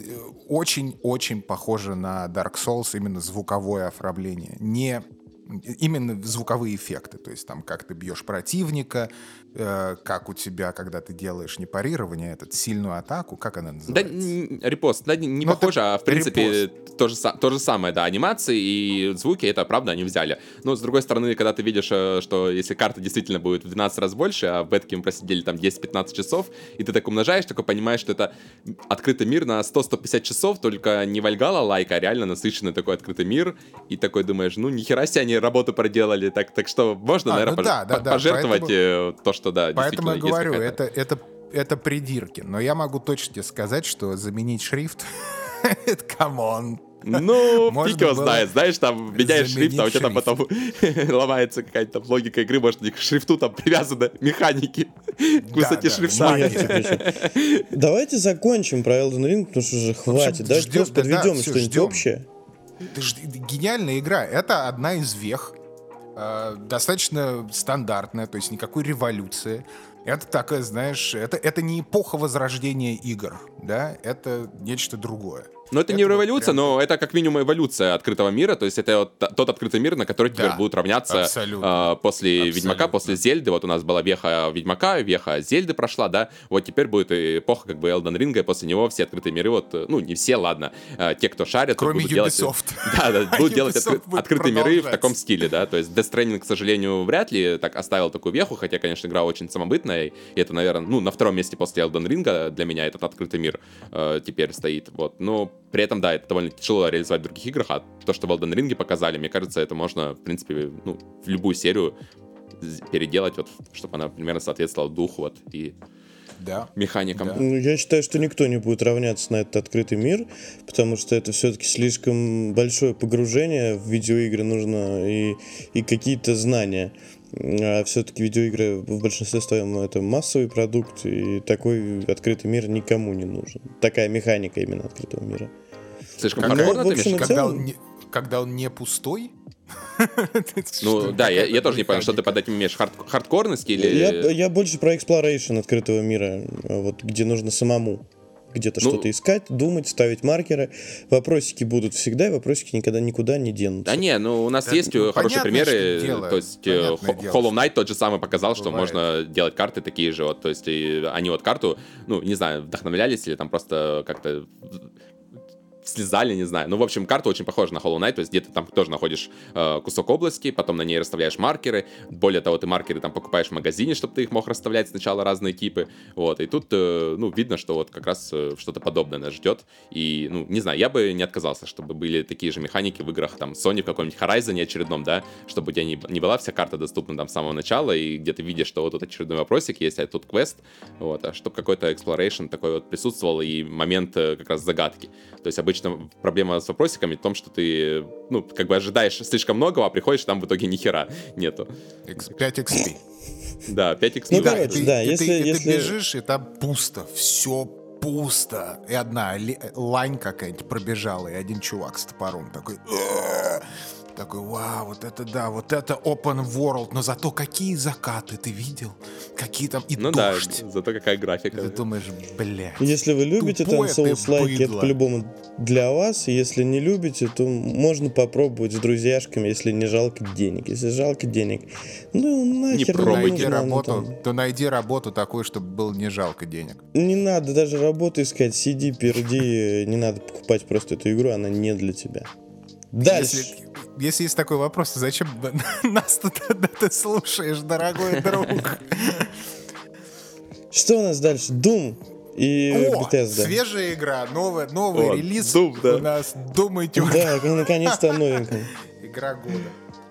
очень-очень похоже на Dark Souls именно звуковое оформление, не именно звуковые эффекты, то есть там как ты бьешь противника, э, как у тебя, когда ты делаешь не парирование, этот сильную атаку, как она называется? Да, н- репост, да, не, не Ну, похоже, а в принципе репост. то же, са- то же самое, да, анимации и звуки, это правда они взяли. Но с другой стороны, когда ты видишь, э, что если карта действительно будет в двенадцать раз больше, а в бетке мы просидели там десять-пятнадцать часов, и ты так умножаешь, такой понимаешь, что это открытый мир на сто-сто пятьдесят часов, только не Вальгалла лайка, а реально насыщенный такой открытый мир, и такой думаешь, ну нихера себе они работу проделали, так, так что можно, А, наверное, ну пож- да, да, по- да, пожертвовать поэтому- э, то, что да, Поэтому я действительно есть говорю, какая-то- это, это, это придирки. Но я могу точно тебе сказать, что заменить шрифт — это камон. Ну, Можно фиг его было знает, знаешь, там меняешь заменить шрифт, а у тебя там потом ломается какая-то там логика игры, может, к шрифту там привязаны механики к высоте да, шрифта. Ну, я тебе хочу. Давайте закончим про Elden Ring, потому что уже хватит. Давайте ждем, просто да, да, подведем всё, что-нибудь ждем. общее. Это ж гениальная игра. Это одна из вех. Э, достаточно стандартная, то есть никакой революции. Это такая, знаешь, это, это не эпоха возрождения игр, да, это нечто другое. Но это, Это не вот революция, прям- но это как минимум эволюция открытого мира, то есть это вот т- тот открытый мир, на который теперь Да, будут равняться абсолютно. а, после Абсолютно. Ведьмака, после Зельды. Вот у нас была веха Ведьмака, веха Зельды прошла, да, вот теперь будет и эпоха как бы Elden Ring, и после него все открытые миры, вот, ну, не все, ладно, а, те, кто шарят, Кроме будут делать... Ubisoft. Да, да, будут делать Ubisoft откры- будет открытые миры в продолжать. таком стиле, да, то есть Death Stranding, к сожалению, вряд ли так оставил такую веху, хотя, конечно, игра очень самобытная, и это, наверное, ну, на втором месте после Elden Ring для меня этот открытый мир э, теперь стоит, вот, но при этом, да, это довольно тяжело реализовать в других играх, а то, что в Elden Ring показали, мне кажется, это можно, в принципе, ну, в любую серию з- переделать, вот, чтобы она примерно соответствовала духу, вот, и Да. механикам. Да. Ну, я считаю, что никто не будет равняться на этот открытый мир, потому что это все-таки слишком большое погружение в видеоигры, нужно и, и какие-то знания. А все-таки видеоигры в большинстве своем это массовый продукт, и такой открытый мир никому не нужен. Такая механика именно открытого мира. Слишком Когда, хардкорно, ну, ты в общем, имеешь? когда, целом- он не, когда он не пустой? Ну да, я, я тоже не понял, что ты под этим имеешь, хард, хардкорность или... Я, я больше про exploration открытого мира, вот где нужно самому где-то Ну, что-то искать, думать, ставить маркеры. Вопросики будут всегда, и вопросики никогда никуда не денутся. Да не, ну у нас Да, есть ну, хорошие понятно, примеры, что дело. то есть э, Понятное Ho- дело, Hollow что Knight тот же самый показал, что бывает. можно делать карты такие же, вот, то есть и они вот карту, ну не знаю, вдохновлялись или там просто как-то слезали, не знаю. Ну, в общем, карта очень похожа на Hollow Knight, то есть где ты там тоже находишь э, кусок области, потом на ней расставляешь маркеры. Более того, ты маркеры там покупаешь в магазине, чтобы ты их мог расставлять сначала разные типы. Вот, и тут, э, ну, видно, что вот как раз э, что-то подобное нас ждет. И, ну, не знаю, я бы не отказался, чтобы были такие же механики в играх, там, Sony в каком-нибудь Horizon очередном, да, чтобы у тебя не, не была вся карта доступна там с самого начала, и где ты видишь, что вот тут очередной вопросик есть, а тут квест, вот, а чтобы какой-то exploration такой вот присутствовал и момент э, как раз загадки. То есть обычно проблема с вопросиками в том, что ты, ну, как бы ожидаешь слишком многого, а приходишь, там в итоге ни хера нету. пять икс пи. Да, пять икс Ну, пи. короче, ты, да, и если- ты, и если- ты бежишь, и там пусто, все пусто. И одна ли- лайн какая-нибудь пробежала, и один чувак с топором такой... «Э-э-э». Такой, вау, вот это да, вот это open world, но зато какие закаты ты видел, какие там и Ну да, дождь. зато какая И графика. ты думаешь, блядь. Если вы любите там Тупое ты соус-лайки, это быдло. по-любому для вас. Если не любите, то можно попробовать с друзьяшками, если не жалко денег. Если жалко денег, ну нахер пробуйте. не Найди нужно оно работу, там. то найди работу такую, чтобы было не жалко денег. Не надо даже работу искать, сиди, перди, не надо покупать просто эту игру, она не для тебя. Дальше. Если, если есть такой вопрос, то зачем нас тут ты слушаешь, дорогой друг? Что у нас дальше? Doom и О, Bethesda. свежая игра, новый, новый О, релиз Doom, да. у нас. Думайте, Да, ну, наконец-то новенькая. игра года.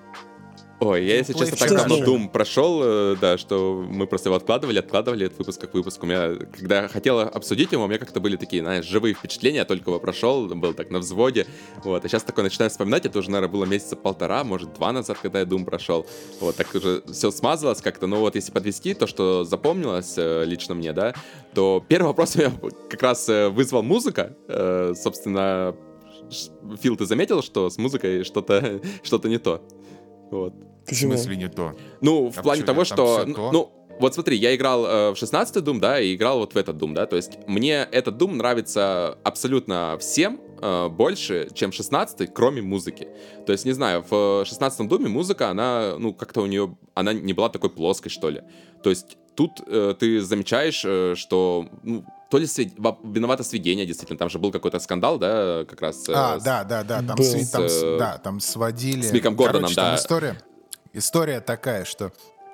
Ой, я, если честно, так Что давно ж, Doom прошел, э, да, что мы просто его откладывали, откладывали от выпуска к выпуску. У меня, когда я хотел обсудить его, у меня как-то были такие, знаешь, живые впечатления, я только его прошел, был так на взводе, вот, а сейчас такое начинаю вспоминать, это уже, наверное, было месяца полтора, может, два назад, когда я Doom прошел, вот, так уже все смазалось как-то, но вот если подвести то, что запомнилось э, лично мне, да, то первый вопрос у меня как раз э, вызвал музыка, э, собственно, Ш- Фил, ты заметил, что с музыкой что-то что-то не то? Вот. В Почему? смысле не то? Ну, в А плане почему? того, Там что... всё то. Ну, вот смотри, я играл э, в шестнадцатый Doom, да, и играл вот в этот Doom, да, то есть мне этот Doom нравится абсолютно всем э, больше, чем шестнадцатый, кроме музыки. То есть, не знаю, в шестнадцатом Doom музыка, она, ну, как-то у нее, она не была такой плоской, что ли. То есть тут э, ты замечаешь, э, что, ну, то ли свед... во- виновато сведение, действительно, там же был какой-то скандал, да, как раз... э, А, с- да, да, да, там, Был. сви- там, с- С, да, там сводили... с Миком Гордоном, Короче, там да. история, история такая, что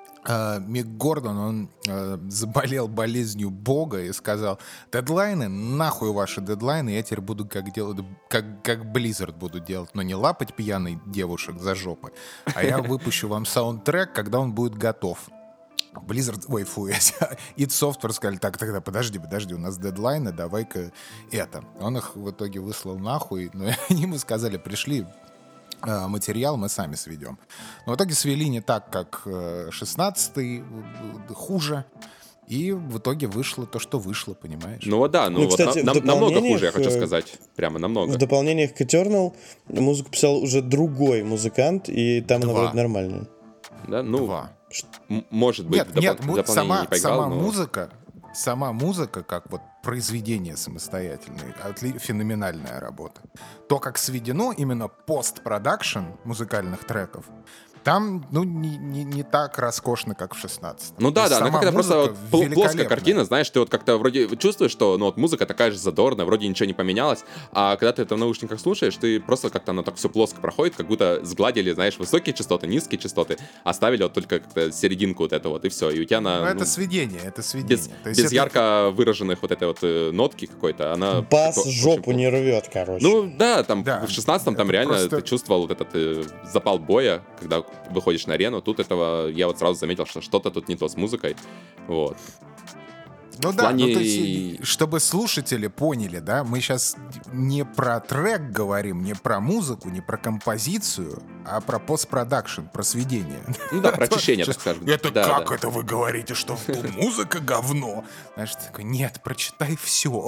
э, Мик Гордон, он э, заболел болезнью бога и сказал, дедлайны, нахуй ваши дедлайны, я теперь буду как делать, как, как Blizzard буду делать, но не лапать пьяных девушек за жопы, а я выпущу вам саундтрек, когда он будет готов. Blizzard, ой, фу, id Software сказали, так, тогда подожди, подожди, у нас дедлайны, давай-ка это. Он их в итоге выслал нахуй, но они ему сказали, пришли, э, материал мы сами сведем. Но в итоге свели не так, как э, шестнадцатый, э, хуже, и в итоге вышло то, что вышло, понимаешь? Ну вот да, ну, Ну, вот кстати, на- в на- намного дополнениях, хуже, я хочу э, сказать. Прямо намного. В дополнениях к Eternal музыку писал уже другой музыкант, и там она Два. вроде нормальная. Да, ну, Два. м- может быть, Нет, допол- нет, му- дополнение сама, не поиграл, сама но- музыка, сама музыка, как вот произведение самостоятельное, отли- феноменальная работа. То, как сведено именно постпродакшн музыкальных треков, там, ну, не, не, не так роскошно, как в шестнадцатом. Ну да, да, она как-то просто вот пл- плоская великолепная. картина, знаешь, ты вот как-то вроде чувствуешь, что ну вот музыка такая же задорная, вроде ничего не поменялось, а когда ты это в наушниках слушаешь, ты просто как-то оно так все плоско проходит, как будто сгладили, знаешь, высокие частоты, низкие частоты, оставили вот только как-то серединку вот это вот, и все, и у тебя на... Ну, это ну, сведение, это сведение. без, То есть без это- ярко выраженных вот этой вот э, нотки какой-то, она... Бас как-то жопу очень не рвет, короче. Ну да, там Да, в шестнадцатом там это реально просто- ты чувствовал вот этот э, запал боя, когда выходишь на арену. Тут этого я вот сразу заметил, что что-то тут не то с музыкой. Вот. Ну в да, плане... ну, то есть, чтобы слушатели поняли, да, мы сейчас не про трек говорим, не про музыку, не про композицию, а про постпродакшн, про сведение. Ну да, про очищение, так скажем. Это да, как да. это вы говорите, что музыка говно? Знаешь, такой, нет, прочитай все.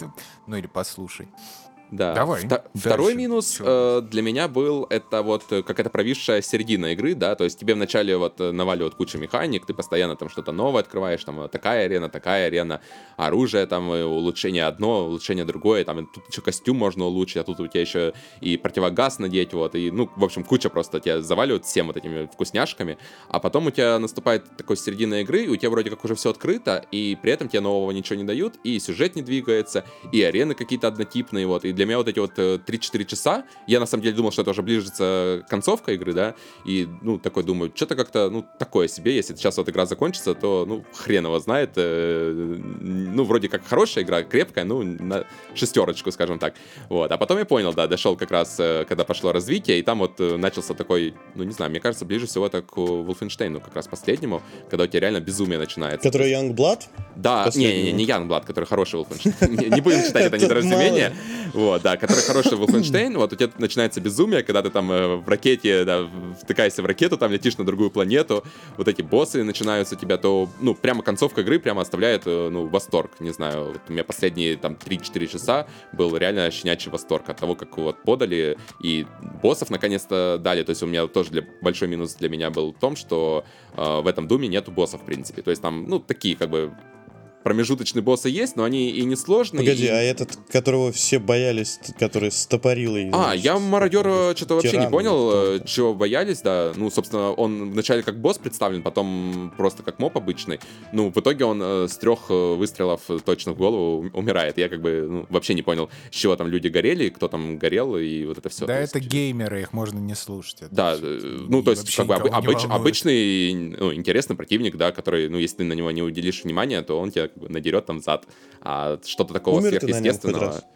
Ну или послушай. Да. Давай. Вта- второй минус э, для меня был это вот какая-то провисшая середина игры, да, то есть тебе вначале вот наваливают кучу механик, ты постоянно там что-то новое открываешь, там такая арена, такая арена, оружие там, улучшение одно, улучшение другое, там тут еще костюм можно улучшить, а тут у тебя еще и противогаз надеть, вот, и, ну, в общем, куча просто тебя заваливают всем вот этими вкусняшками, а потом у тебя наступает такой середина игры, и у тебя вроде как уже все открыто, и при этом тебе нового ничего не дают, и сюжет не двигается, и арены какие-то однотипные, вот, и для меня вот эти вот три-четыре часа, я на самом деле думал, что это уже ближется концовка игры, да, и, ну, такой думаю, что-то как-то, ну, такое себе, если сейчас вот игра закончится, то, ну, хрен его знает, э, ну, вроде как хорошая игра, крепкая, ну, на шестерочку, скажем так, вот, а потом я понял, да, дошел как раз, когда пошло развитие, и там вот начался такой, ну, не знаю, мне кажется, ближе всего это к Wolfenstein'у, как раз последнему, когда у тебя реально безумие начинается. Который Youngblood? Да, не-не-не, не Youngblood, который хороший Wolfenstein, не будем читать это недоразумение, вот, да, который хороший Wolfenstein, вот у тебя начинается безумие, когда ты там э, в ракете, да, втыкаешься в ракету, там летишь на другую планету, вот эти боссы начинаются у тебя, то, ну, прямо концовка игры прямо оставляет, э, ну, восторг, не знаю, вот у меня последние там три-четыре часа был реально щенячий восторг от того, как вот подали, и боссов наконец-то дали, то есть у меня тоже для, большой минус для меня был в том, что э, в этом Думе нету боссов, в принципе, то есть там, ну, такие, как бы, промежуточные боссы есть, но они и не сложные. Погоди, и... а этот, которого все боялись, который стопорил и... А, я мародера что-то вообще тиран, не понял, кто-то. чего боялись, да. Ну, собственно, он вначале как босс представлен, потом просто как моб обычный. Ну, в итоге он э, с трех выстрелов точно в голову умирает. Я как бы ну, вообще не понял, с чего там люди горели, кто там горел, и вот это все. Да, то это есть... геймеры, их можно не слушать. Это Да, все. ну, то есть, Вообще как бы никого не обыч, волнует. обычный, ну, интересный противник, да, который, ну, если ты на него не уделишь внимания, то он тебя как бы надерет там зад. А что-то такого Умер ты на нем хоть сверхъестественного... раз?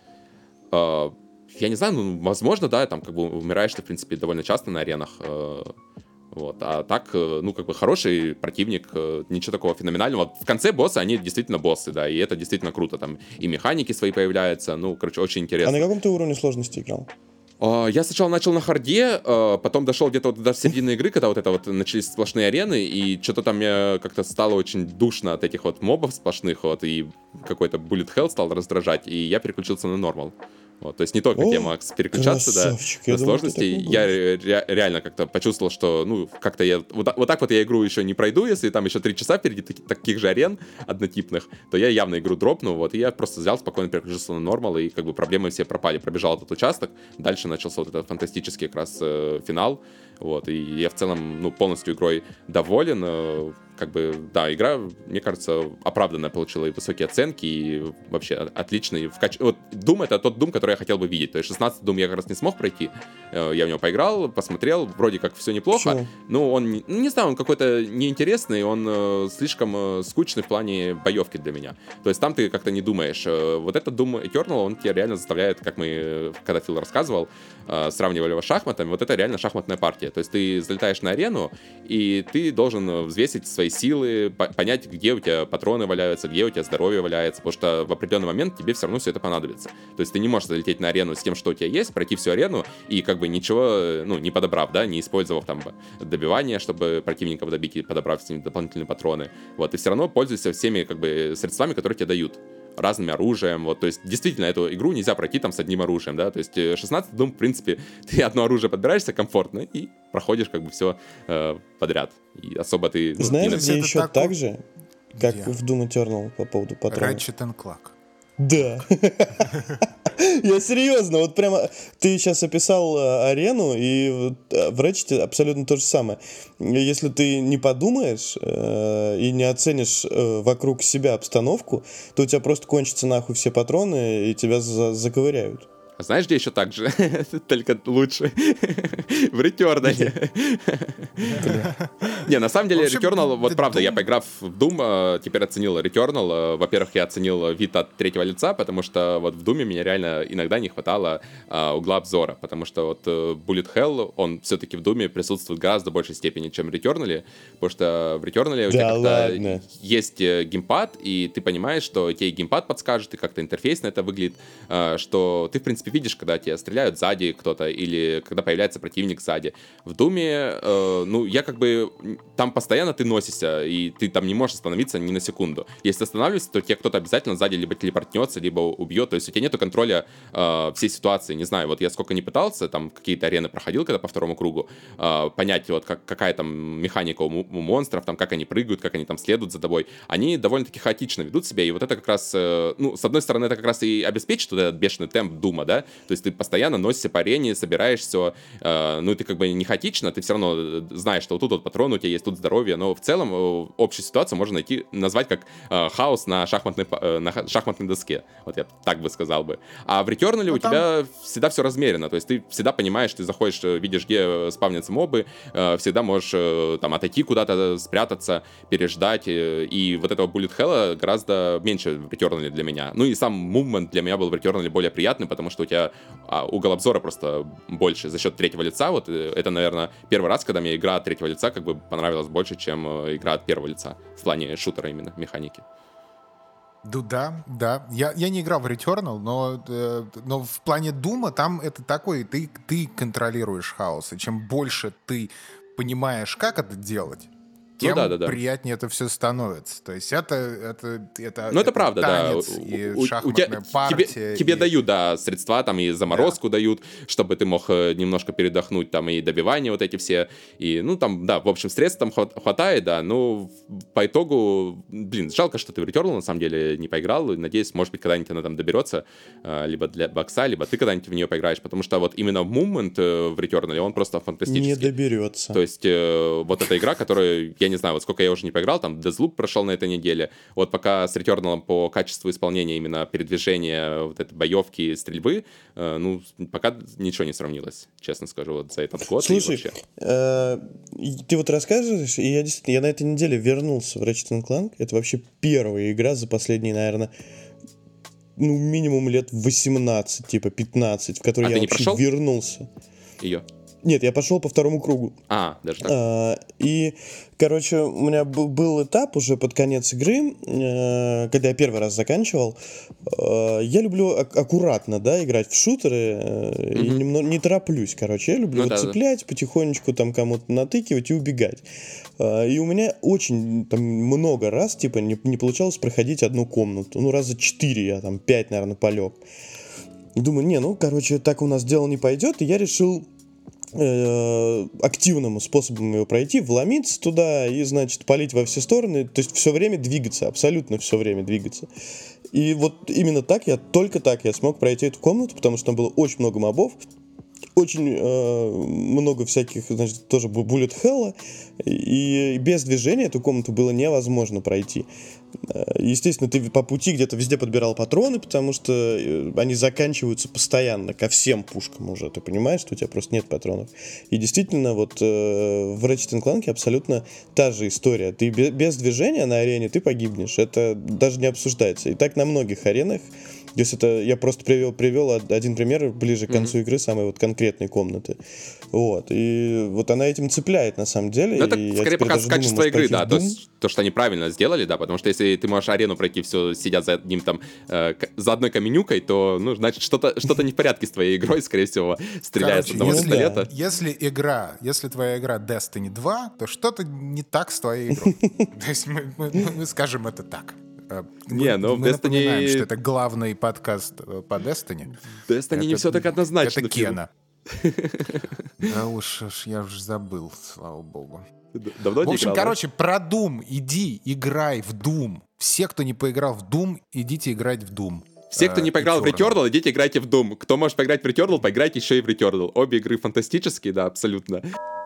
э, я не знаю, ну, возможно, да, там как бы умираешь ты, в принципе, довольно часто на аренах. э, Вот. А так, э, ну, как бы хороший противник, э, ничего такого феноменального. В конце боссы, они действительно боссы, да, и это действительно круто. Там и механики свои появляются, ну, короче, очень А интересно. на каком ты уровне сложности играл? А, Я сначала начал на харде, а, потом дошел где-то вот до середины игры, когда вот это вот начались сплошные арены, и что-то там мне как-то стало очень душно от этих вот мобов сплошных, вот, и какой-то bullet hell стал раздражать, и я переключился на нормал. Вот, то есть не только О, тема переключаться, да, я на думал, сложности. ты такой Я ре- реально как-то почувствовал, что, ну, как-то я... Вот, так- вот так вот я игру еще не пройду, если там еще три часа впереди таки- таких же арен однотипных, то я явно игру дропну, вот, и я просто взял, спокойно переключился на нормал, и как бы проблемы все пропали. Пробежал этот участок, дальше начался вот этот фантастический как раз э, финал, вот, и я в целом, ну, полностью игрой доволен, э, как бы, да, игра, мне кажется, оправданно получила и высокие оценки, и вообще отличный. В каче... Вот Doom — это тот Doom, который я хотел бы видеть. То есть шестнадцатый Doom я как раз не смог пройти. Я в него поиграл, посмотрел, вроде как все неплохо. Почему? Ну, он, не, не знаю, он какой-то неинтересный, он э, слишком э, скучный в плане боевки для меня. То есть там ты как-то не думаешь. Э, вот этот Doom Eternal, он тебя реально заставляет, как мы, когда Фил рассказывал, э, сравнивали его с шахматами, вот это реально шахматная партия. То есть ты залетаешь на арену, и ты должен взвесить свои силы, по- понять, где у тебя патроны валяются, где у тебя здоровье валяется, потому что в определенный момент тебе все равно все это понадобится. То есть ты не можешь залететь на арену с тем, что у тебя есть, пройти всю арену и как бы ничего, ну, не подобрав, да, не использовав там добивание, чтобы противников добить и подобрав с ними дополнительные патроны. Вот, ты все равно пользуешься всеми как бы средствами, которые тебе дают. Разным оружием, вот, то есть действительно эту игру нельзя пройти там с одним оружием, да, то есть шестнадцатый Doom, в принципе, ты одно оружие подбираешься комфортно и проходишь как бы все э, подряд, и особо ты... Ну, Знаешь, не где это еще так так вот- же, как Где? в Doom Eternal по поводу патронов? Ratchet and Clank. Да. Я серьезно, вот прямо ты сейчас описал э, арену, и вот, э, в Ratchet абсолютно то же самое. Если ты не подумаешь э, и не оценишь э, вокруг себя обстановку, то у тебя просто кончатся нахуй все патроны, и тебя за- заковыряют. Знаешь, где еще так же? Только лучше. В Returnal. Не, на самом деле, Returnal, вот правда, я поиграв в Doom, теперь оценил Returnal. Во-первых, я оценил вид от третьего лица, потому что вот в Doom мне реально иногда не хватало угла обзора, потому что вот Bullet Hell, он все-таки в Doom присутствует в гораздо большей степени, чем в Returnal, потому что в Returnal у тебя как-то есть геймпад, и ты понимаешь, что тебе геймпад подскажет, и как-то интерфейс на это выглядит, что ты, в принципе, видишь, когда тебя стреляют сзади кто-то, или когда появляется противник сзади. В Думе, э, ну, я как бы... Там постоянно ты носишься, и ты там не можешь остановиться ни на секунду. Если останавливаешься, то тебе кто-то обязательно сзади либо телепортнется, либо убьет. То есть у тебя нету контроля э, всей ситуации. Не знаю, вот я сколько не пытался, там какие-то арены проходил, когда по второму кругу, э, понять, вот как, какая там механика у, у монстров, там, как они прыгают, как они там следуют за тобой. Они довольно-таки хаотично ведут себя, и вот это как раз... Э, ну, с одной стороны, это как раз и обеспечит вот этот бешеный темп Дума, да? То есть ты постоянно носишься по арене, собираешь все, э, ну, ты как бы не хаотично, ты все равно знаешь, что вот тут вот патроны у тебя есть, тут здоровье, но в целом э, общую ситуацию можно найти, назвать как э, хаос на шахматной, э, на шахматной доске, вот я так бы сказал бы. А в Returnal ну, у там... тебя всегда все размерено, то есть ты всегда понимаешь, ты заходишь, видишь, где спавнятся мобы, э, всегда можешь э, там отойти куда-то, спрятаться, переждать, э, и вот этого Bullet Hell гораздо меньше в Returnal для меня. Ну и сам мувмент для меня был в Returnal более приятный, потому что у тебя а, угол обзора просто больше за счет третьего лица. Вот это, наверное, первый раз, когда мне игра от третьего лица как бы понравилась больше, чем игра от первого лица в плане шутера именно, механики. Да, да. Я, я не играл в Returnal, но, э, но в плане Дума там это такой, ты, ты контролируешь хаос, и чем больше ты понимаешь, как это делать, тем ну, да, да, да. приятнее это все становится. То есть это, это, это, ну, это, это правда, танец да. И у, шахматная у тебя, партия. Тебе, тебе и... дают, да, средства, там и заморозку да. дают, чтобы ты мог немножко передохнуть, там и добивания вот эти все. И, ну, там, да, в общем, средств там хватает, да, но по итогу, блин, жалко, что ты в Returnal, на самом деле, не поиграл. Надеюсь, может быть, когда-нибудь она там доберется, либо для бокса, либо ты когда-нибудь в нее поиграешь, потому что вот именно Movement в Returnal, он просто фантастический. Не доберется. То есть вот эта игра, которая, я не знаю, вот сколько я уже не поиграл, там Deathloop прошел на этой неделе, вот пока с Returnal по качеству исполнения именно передвижения, вот этой боевки, стрельбы, э, ну, пока ничего не сравнилось, честно скажу, вот за этот год. Слушай, э, ты вот рассказываешь, и я действительно, я на этой неделе вернулся в Ratchet энд Clank, это вообще первая игра за последние, наверное, ну, минимум лет восемнадцать, типа пятнадцать, в которой а я вообще прошел? вернулся. Ее? Нет, я пошел по второму кругу. А, даже так. А, и, короче, у меня был, был этап уже под конец игры, э, когда я первый раз заканчивал. Э, я люблю ак- аккуратно, да, играть в шутеры, э, mm-hmm. и немного, не тороплюсь, короче. Я люблю ну, вот да, цеплять, да. потихонечку там кому-то натыкивать и убегать. Э, и у меня очень там много раз, типа, не, не получалось проходить одну комнату. Ну, раза четыре я там, пять, наверное, полег. Думаю, не, ну, короче, так у нас дело не пойдет, и я решил активным способом его пройти, вломиться туда и, значит, палить во все стороны, то есть все время двигаться, абсолютно все время двигаться. И вот именно так я, только так я смог пройти эту комнату, потому что там было очень много мобов, очень э, много всяких, значит, тоже Bullet Hell, и без движения эту комнату было невозможно пройти. Естественно, ты по пути где-то везде подбирал патроны, потому что они заканчиваются постоянно ко всем пушкам уже, ты понимаешь, что у тебя просто нет патронов. И действительно, вот э, в Ratchet энд Clank абсолютно та же история. Ты без, без движения на арене, ты погибнешь. Это даже не обсуждается. И так на многих аренах. То есть это я просто привел, привел один пример ближе к концу mm-hmm. игры, самой вот конкретной комнаты. Вот. И вот она этим цепляет, на самом деле. Ну, это и скорее показывает качество игры, да. То, то, что они правильно сделали, да. Потому что если ты можешь арену пройти, все сидят за одним там, э, за одной каменюкой, то, ну, значит, что-то, что-то не в порядке с твоей игрой, скорее всего, стреляет с одного пистолета. Если игра, если твоя игра Destiny два, то что-то не так с твоей игрой. То есть мы скажем это так. Не, но мы в Destiny... напоминаем, что это главный подкаст по Destiny. Destiny это, не все так однозначно. Это Кена. Да уж, я уже забыл, слава богу. Давно в общем, играл, короче, да? про Doom иди, играй в Doom. Все, кто не поиграл в Doom, идите играть в Doom. Все, кто не поиграл в Returnal, идите играйте в Doom. Кто может поиграть в Returnal, поиграйте еще и в Returnal. Обе игры фантастические, да, абсолютно.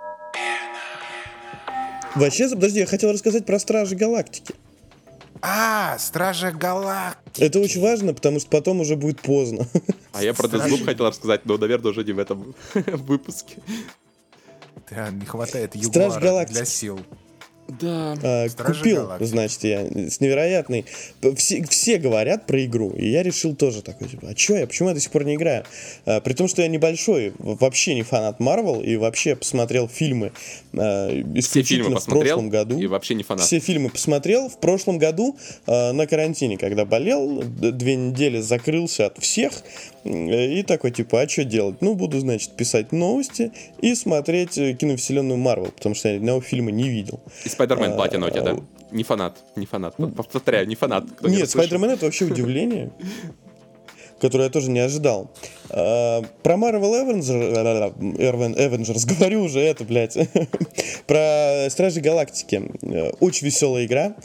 Вообще, подожди, я хотел рассказать про Стражи Галактики. А, Стражи Галактики. Это очень важно, потому что потом уже будет поздно. А я про Deathloop хотел рассказать, но, наверное, уже не в этом выпуске. Да, не хватает Ягуара для сил. Да. А, купил, Галактики. Значит, я с невероятной. Все, все говорят про игру, и я решил тоже такой, типа, а чё я, почему я до сих пор не играю? А, при том, что я небольшой, вообще не фанат Marvel, и вообще посмотрел фильмы а, исключительно все фильмы в прошлом году. И вообще не фанат. Все фильмы посмотрел в прошлом году а, на карантине, когда болел, две недели закрылся от всех, и такой, типа, а что делать? Ну, буду, значит, писать новости и смотреть киновселенную Marvel, потому что я ни одного фильма не видел. И Спайдермен платина у тебя, да? Не фанат, не фанат. Повторяю, не фанат. Нет, Спайдермен — это вообще удивление, которое я тоже не ожидал. Про Marvel Avengers говорю уже это, блядь. Про Стражи Галактики. Очень веселая игра.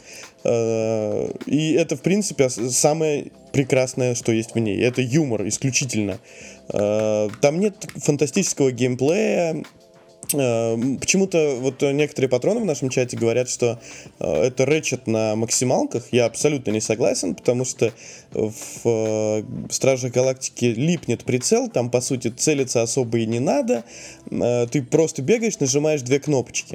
И это, в принципе, самое прекрасное, что есть в ней. Это юмор исключительно. Там нет фантастического геймплея. Почему-то вот некоторые патроны в нашем чате говорят, что это Ratchet на максималках. Я абсолютно не согласен, потому что в Стражах Галактики липнет прицел, там, по сути, целиться особо и не надо. Ты просто бегаешь, нажимаешь две кнопочки.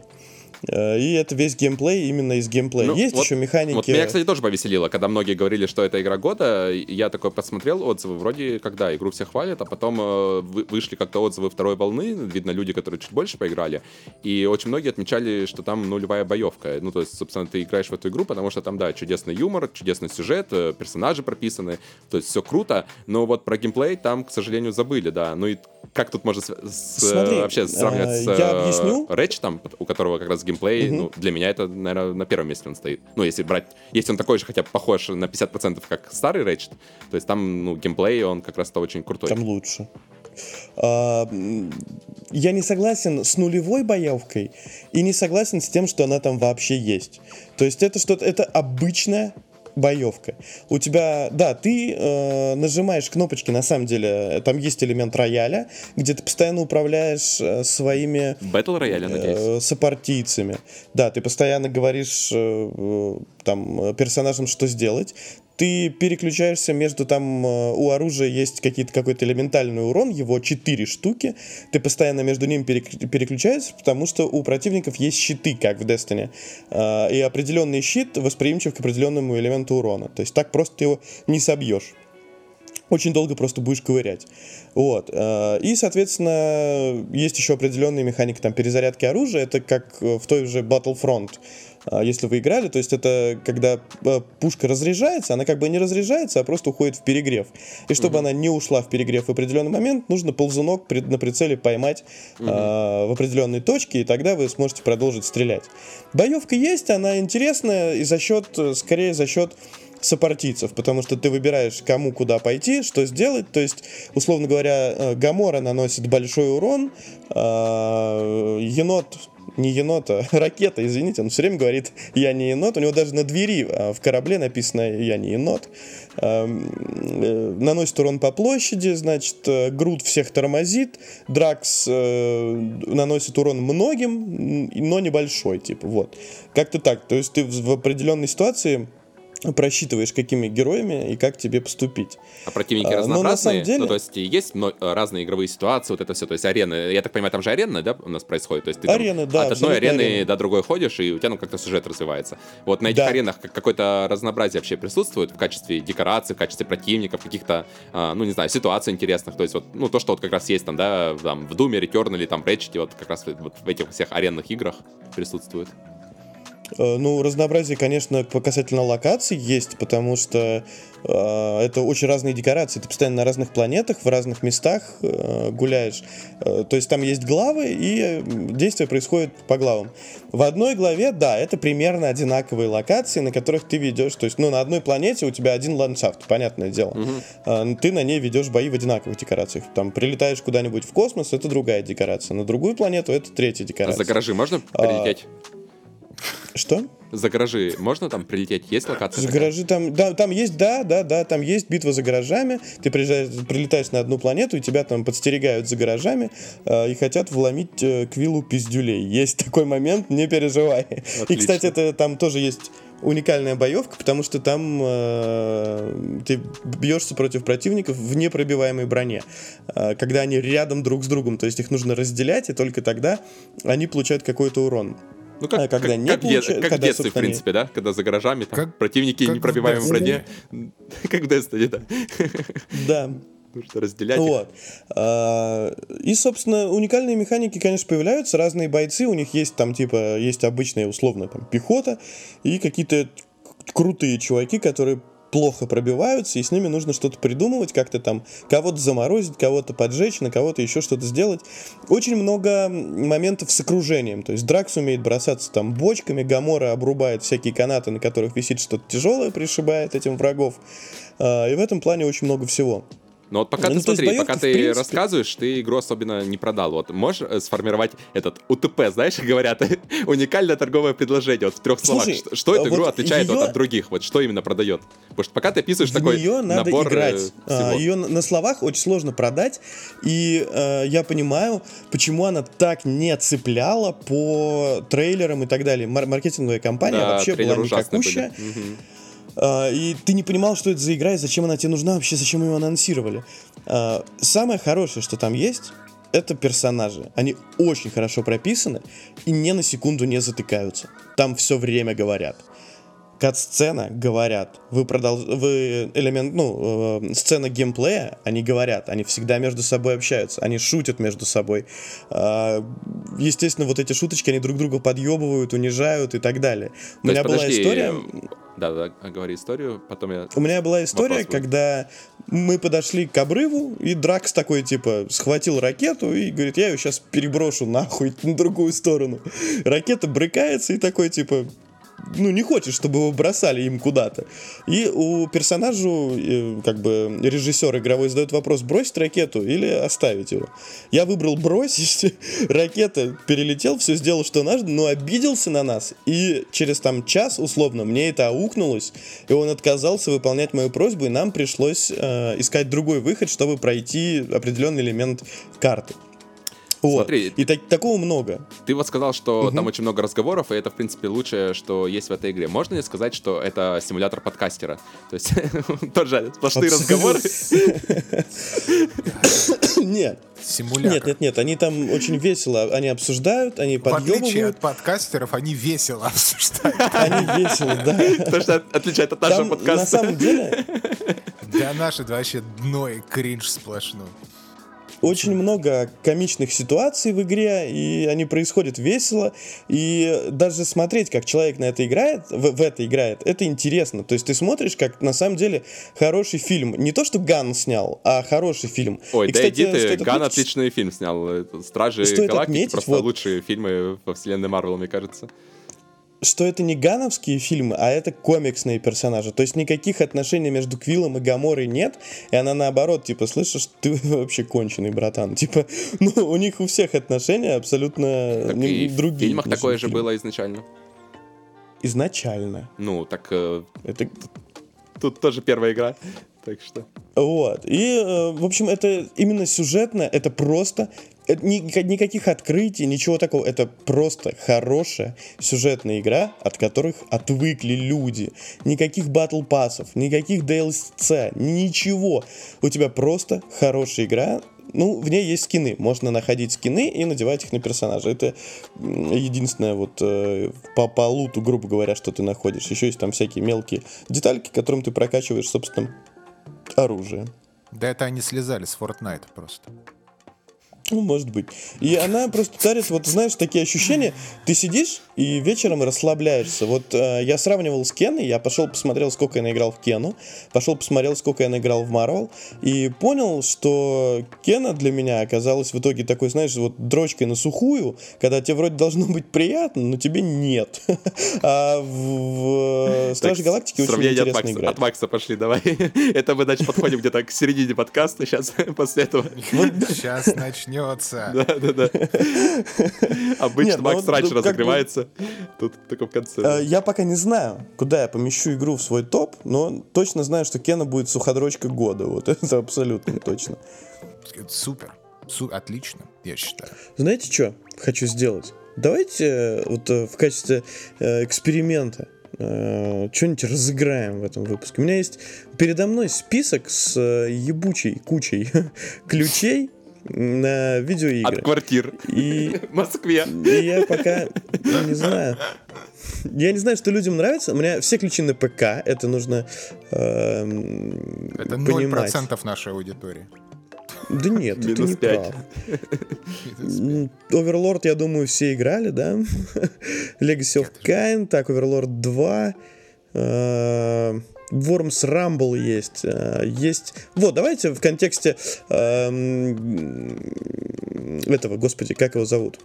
И это весь геймплей именно из геймплея. Ну, есть вот, еще механики... Вот меня, кстати, тоже повеселило, когда многие говорили, что это игра года. Я такой посмотрел отзывы, вроде когда игру все хвалят, а потом э, вышли как-то отзывы второй волны. Видно, люди, которые чуть больше поиграли. И очень многие отмечали, что там нулевая боевка. Ну, то есть, собственно, ты играешь в эту игру, потому что там, да, чудесный юмор, чудесный сюжет, персонажи прописаны, то есть все круто. Но вот про геймплей там, к сожалению, забыли, да. Ну и как тут можно с, с, Смотри, вообще сравнивать э, с э, Ratchet'ом, у которого как раз геймплей, uh-huh. ну, для меня это, наверное, на первом месте он стоит. Ну, если брать, если он такой же, хотя бы похож на пятьдесят процентов, как старый Ratchet, то есть там, ну, геймплей, он как раз-то очень крутой. Там лучше. А, я не согласен с нулевой боевкой и не согласен с тем, что она там вообще есть. То есть это что-то, это обычная боевка. У тебя, да, ты э, нажимаешь кнопочки, на самом деле, там есть элемент рояля, где ты постоянно управляешь э, своими Battle рояля, надеюсь. Э, сопартийцами. Да, ты постоянно говоришь э, там персонажам, что сделать. Ты переключаешься между там, у оружия есть какие-то, какой-то элементальный урон, его четыре штуки, ты постоянно между ними переключаешься, потому что у противников есть щиты, как в Destiny, и определенный щит восприимчив к определенному элементу урона, то есть так просто ты его не собьешь. Очень долго просто будешь ковырять. Вот. И, соответственно, есть еще определенные механики там, перезарядки оружия. Это как в той же Battlefront, если вы играли. То есть это когда пушка разряжается, она как бы не разряжается, а просто уходит в перегрев. И чтобы mm-hmm. она не ушла в перегрев в определенный момент, нужно ползунок на прицеле поймать mm-hmm. а, в определенной точке, и тогда вы сможете продолжить стрелять. Боевка есть, она интересная, и за счет, скорее за счет сопартийцев, потому что ты выбираешь, кому куда пойти, что сделать. То есть, условно говоря, Гамора наносит большой урон, а енот, не енот, а ракета, извините, он все время говорит «я не енот», у него даже на двери в корабле написано «я не енот», наносит урон по площади, значит, Грут всех тормозит, Дракс наносит урон многим, но небольшой, типа, вот. Как-то так, то есть ты в определенной ситуации просчитываешь, какими героями и как тебе поступить. А противники а, разнообразные? Деле... Ну, то есть есть разные игровые ситуации, вот это все, то есть арены. Я так понимаю, там же арены, да, у нас происходит? То есть ты арены, там да, от одной арены арены. до другой ходишь, и у тебя ну, как-то сюжет развивается. Вот на этих да. аренах какое-то разнообразие вообще присутствует в качестве декораций, в качестве противников, каких-то, ну, не знаю, ситуаций интересных. То есть вот, ну, то, что вот как раз есть там, да, там, в Думе, Returnal или там в Ratchet, вот как раз вот в этих всех аренных играх присутствует. Ну, разнообразие, конечно, касательно локаций есть, потому что э, это очень разные декорации. Ты постоянно на разных планетах, в разных местах э, гуляешь. Э, то есть там есть главы, и действие происходит по главам. В одной главе, да, это примерно одинаковые локации, на которых ты ведешь. То есть, ну, на одной планете у тебя один ландшафт, понятное дело. Mm-hmm. Э, ты на ней ведешь бои в одинаковых декорациях. Там прилетаешь куда-нибудь в космос, это другая декорация. На другую планету это третья декорация. А за гаражи можно прилететь? А, Что? За гаражи можно там прилететь? Есть локация? За гаражи там, да, там есть, да, да, да, там есть битва за гаражами. Ты приезжаешь, прилетаешь на одну планету, и тебя там подстерегают за гаражами э, и хотят вломить э, Квиллу пиздюлей. Есть такой момент, не переживай. Отлично. И, кстати, это там тоже есть уникальная боевка, потому что там э, ты бьешься против противников в непробиваемой броне, э, когда они рядом друг с другом, то есть их нужно разделять, и только тогда они получают какой-то урон. Ну, как, а когда как, не как, получают, как когда, в детстве, в принципе, да? Когда за гаражами там, как, противники как непробиваемой в броне. Как в Destiny, да. Да. Нужно разделять вот. их. И, собственно, уникальные механики, конечно, появляются. Разные бойцы, у них есть там, типа, есть обычная, условно, там, пехота и какие-то крутые чуваки, которые плохо пробиваются, и с ними нужно что-то придумывать, как-то там кого-то заморозить, кого-то поджечь, на кого-то еще что-то сделать. Очень много моментов с окружением, то есть Дракс умеет бросаться там бочками, Гамора обрубает всякие канаты, на которых висит что-то тяжелое, пришибает этим врагов, и в этом плане очень много всего. Но вот пока ну, ты смотри, боевки, пока ты принципе... рассказываешь, ты игру особенно не продал. Вот можешь сформировать этот УТП, знаешь, говорят, уникальное торговое предложение, вот в трех словах. Слушай, что, что эту вот игру отличает ее... вот от других? Вот что именно продает? Потому что пока ты описываешь в такой нее надо набор играть. Всего. А, ее на словах очень сложно продать, и э, я понимаю, почему она так не цепляла по трейлерам и так далее. Мар- маркетинговая кампания да, вообще была никакущая. И ты не понимал, что это за игра и зачем она тебе нужна, вообще зачем ее анонсировали. Самое хорошее, что там есть, это персонажи. Они очень хорошо прописаны и ни на секунду не затыкаются. Там все время говорят. Кат-сцена говорят. Вы продолж... Вы элемент, ну, э, сцена геймплея, они говорят, они всегда между собой общаются, они шутят между собой. Э, естественно, вот эти шуточки, они друг друга подъебывают, унижают и так далее. У меня была история. Да, да, говори историю, потом я... У меня была история, когда мы подошли к обрыву, и Дракс такой, типа, схватил ракету и говорит, я ее сейчас переброшу нахуй на другую сторону. Ракета брыкается и такой, типа... ну, не хочет, чтобы его бросали им куда-то. И у персонажу, как бы, режиссер игровой задает вопрос, бросить ракету или оставить его. Я выбрал бросить, ракета перелетел, все сделал, что надо, но обиделся на нас. И через там час, условно, мне это аукнулось, и он отказался выполнять мою просьбу, и нам пришлось э, искать другой выход, чтобы пройти определенный элемент карты. Вот. Смотри, и так, такого много. Ты вот сказал, что угу. там очень много разговоров, и это, в принципе, лучшее, что есть в этой игре. Можно ли сказать, что это симулятор подкастера? То есть, тоже сплошные разговоры? Нет. Симулятор. Нет, нет, нет, они там очень весело, они обсуждают, они подъебывают. В отличие от подкастеров, они весело обсуждают. Они весело, да. То, что отличает от нашего подкаста. На самом деле... Да, наши вообще дно и кринж сплошной. Очень много комичных ситуаций в игре, и они происходят весело, и даже смотреть, как человек на это играет, в, в это играет, это интересно. То есть ты смотришь, как на самом деле хороший фильм. Не то, что Ган снял, а хороший фильм. Ой, и, да кстати, иди ты, Ган отметить, отличный фильм снял. Стражи стоит Галактики отметить, просто вот, лучшие фильмы во вселенной Марвел, мне кажется. Что это не гановские фильмы, а это комиксные персонажи. То есть никаких отношений между Квиллом и Гаморой нет, и она наоборот, типа, слышишь, ты вообще конченый, братан. Типа, ну, у них у всех отношения абсолютно так не, и другие. В фильмах такое же было изначально. Изначально. Ну, так э, это... тут, тут тоже первая игра, так что... Вот, и, э, в общем, это именно сюжетно, это просто... Это ни, никаких открытий, ничего такого. Это просто хорошая сюжетная игра, от которых отвыкли люди. Никаких батл пассов, никаких ди эл си, ничего. У тебя просто хорошая игра. Ну, в ней есть скины. Можно находить скины и надевать их на персонажа. Это единственное вот э, по, по луту, грубо говоря, что ты находишь. Еще есть там всякие мелкие детальки, которым ты прокачиваешь, собственно, оружие. Да это они слезали с Fortnite просто. Ну, может быть. И она просто дарит, вот знаешь, такие ощущения. Ты сидишь и вечером расслабляешься. Вот э, я сравнивал с Кеной, я пошел посмотрел, сколько я наиграл в Кену, пошел посмотрел, сколько я наиграл в Марвел, и понял, что Кена для меня оказалась в итоге такой, знаешь, вот дрочкой на сухую, когда тебе вроде должно быть приятно, но тебе нет. А в Страже Галактики очень интересно играть. От Макса пошли, давай. Это мы, значит, подходим где-то к середине подкаста, сейчас после этого. Сейчас начнем. Да, да, да. Обычно Нет, Макс ну, раньше ну, разогревается, бы... тут только в конце. Я пока не знаю, куда я помещу игру в свой топ, но точно знаю, что Кена будет суходрочка года. Вот это абсолютно точно. Супер. Су- отлично, я считаю. Знаете, что хочу сделать? Давайте вот в качестве эксперимента э, что-нибудь разыграем в этом выпуске. У меня есть передо мной список с э, ебучей кучей ключей на видеоигры. От квартир и, в Москве. И я пока не знаю. Я не знаю, что людям нравится. У меня все ключи на ПК. Это нужно э, Это ноль понимать. процентов нашей аудитории. Да нет, ты не прав. Overlord, я думаю, все играли, да? Legacy of Kain, так, Overlord два. Worms Rumble есть. Есть. Вот, давайте в контексте этого, господи, как его зовут?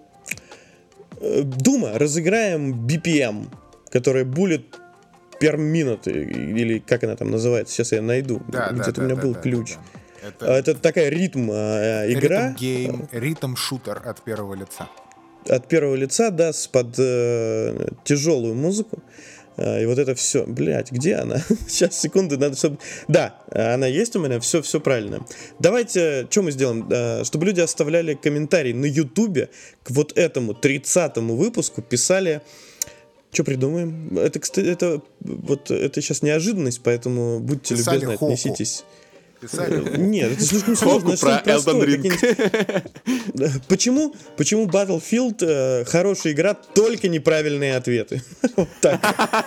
Дума, разыграем би пи эм, которая bullet per minute, или как она там называется, сейчас я найду. Да, Где-то да, у меня да, был да, ключ. Да, да. Это, это такая ритм э, игра. Ритм-гейм, ритм-шутер от первого лица. От первого лица, да, с под э, тяжелую музыку. И вот это все, блядь, где она? Сейчас, секунды, надо, чтобы... Да, она есть у меня, все, все правильно. Давайте, что мы сделаем? Чтобы люди оставляли комментарии на Ютубе к вот этому тридцатому выпуску, писали... Что придумаем? Это, кстати, это, вот, это сейчас неожиданность, поэтому будьте писали любезны, Хоку. отнеситесь. Писали? Нет, это слишком сложно. Про Elden Ring. Почему, почему Battlefield э, хорошая игра, только неправильные ответы? Вот так.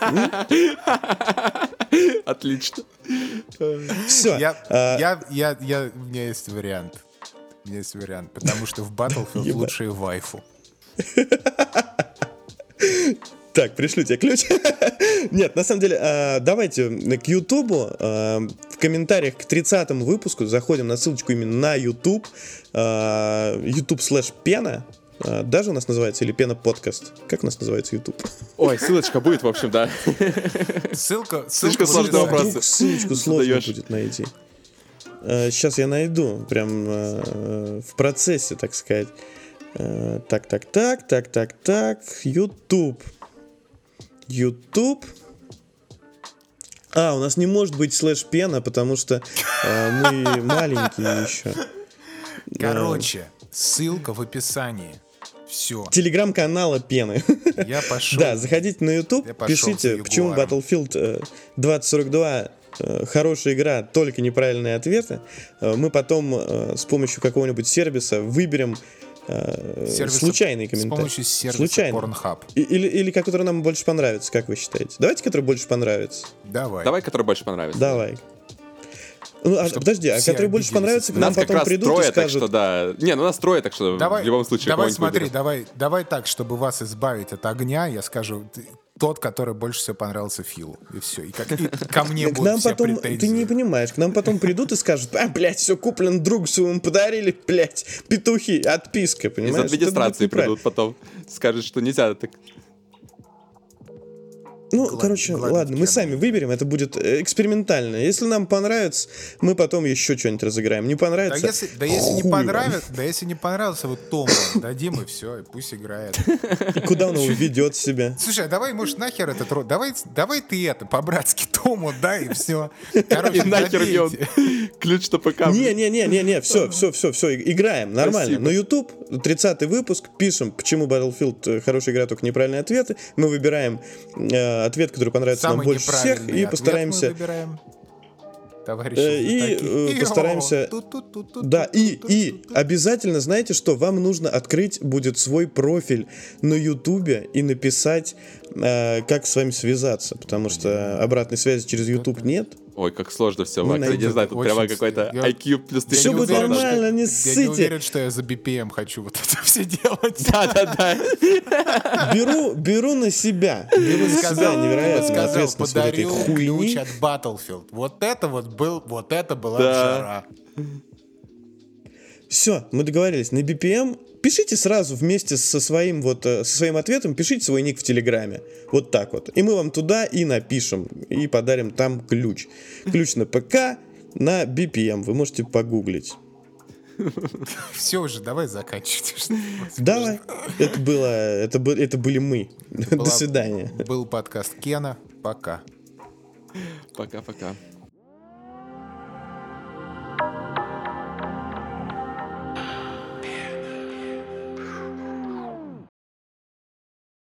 Отлично. Все. Я, я, я, я, у меня есть вариант. У меня есть вариант, потому что в Battlefield лучшие вайфу. Так, пришлю тебе ключ. Нет, на самом деле, э, давайте к Ютубу, э, в комментариях к тридцатому выпуску заходим на ссылочку именно на YouTube, э, YouTube слэш пена, э, даже у нас называется, или пена подкаст. Как у нас называется YouTube? Ой, ссылочка будет, в общем, да. Ссылка, Слишком ссылка сложный будет, вопрос. Вдруг ссылочку сложно Задаешь. будет найти. Э, сейчас я найду, прям э, в процессе, так сказать. Э, так, так, так, так, так, так, YouTube. YouTube. А, у нас не может быть слэш пена, потому что э, мы маленькие еще. Короче, ссылка в описании. Все. Телеграм-канала пены. Я пошел. Да, заходите на YouTube, Я пошел пишите, за почему Ягуаром. Battlefield э, двадцать сорок два э, хорошая игра, только неправильные ответы. Э, мы потом э, с помощью какого-нибудь сервиса выберем э, Сервиса- случайные С комментарии. помощью сервиса Случайно. Pornhub. И- Или, или который нам больше понравится, как вы считаете? Давайте, который больше понравится. Давай. Давай, который больше понравится. Давай. Ну, а, Чтоб подожди, а все который больше обиделись. понравится, к нам Нас как потом раз придут и трое, так скажут... что да. Не, ну нас трое, так что Давай, в любом случае давай кого-нибудь смотри, выберем. давай, давай так, чтобы вас избавить от огня, я скажу, ты- тот, который больше всего понравился Филу. И все. И, как, и ко мне К будут нам все потом, претензии. ты не понимаешь, к нам потом придут и скажут, а, блядь, все куплено, другу своему подарили, блядь, петухи, отписка, Из понимаешь? Это будет администрации неправильно. придут потом. Скажут, что нельзя так. Ну, Гладить- короче, гладить ладно, мы Кена. сами выберем, это будет э, экспериментально. Если нам понравится, мы потом еще что-нибудь разыграем. Не Да понравится, если, да если не хуй вам. понравится, да если не понравился, вот Тому дадим и все, и пусть играет. И куда он его ведет себя? Слушай, а давай, может, нахер этот рот? Давай, давай ты это, по-братски Тому дай, и все. Короче, И нахер мне он забейте. ключ на ПК. Не-не-не-не-не, все, все, все, все, играем, нормально. Спасибо. На YouTube, тридцатый выпуск, пишем, почему Battlefield э, хорошая игра, только неправильные ответы. Мы выбираем э, ответ, который понравится нам Самый больше всех, неправильный и ответ постараемся... мы выбираем. Товарищи Э, и, знатоки. э, Йо, постараемся- ту-ту-ту-ту-ту-ту-ту-ту. Да, и, и обязательно знаете что? Вам нужно открыть будет свой профиль на Ютубе и написать, э, как с вами связаться, потому что обратной связи через Ютуб нет. Ой, как сложно все, Мы Макс. Я не найдем. знаю, тут Очень прямо сложно. какой-то Я- ай кью плюс Я Всё не будет уверен, нормально, что- не Я ссыте. не уверен, что я за би пи эм хочу вот это все делать. Да-да-да. Беру, беру на себя. Беру на себя Сказал, невероятно сказал, ответственность вот этой подарю ключ хуйни. от Battlefield. Вот это вот был, вот это была Да. жара. Все, мы договорились. На би пи эм пишите сразу вместе со своим вот э, со своим ответом, пишите свой ник в Телеграме. Вот так вот. И мы вам туда и напишем. И подарим там ключ. Ключ на ПК, на би пи эм. Вы можете погуглить. Все уже, давай заканчивать. Давай. Это было, это, бы- это были мы. До Была- свидания. Был подкаст Кена. Пока. Пока-пока.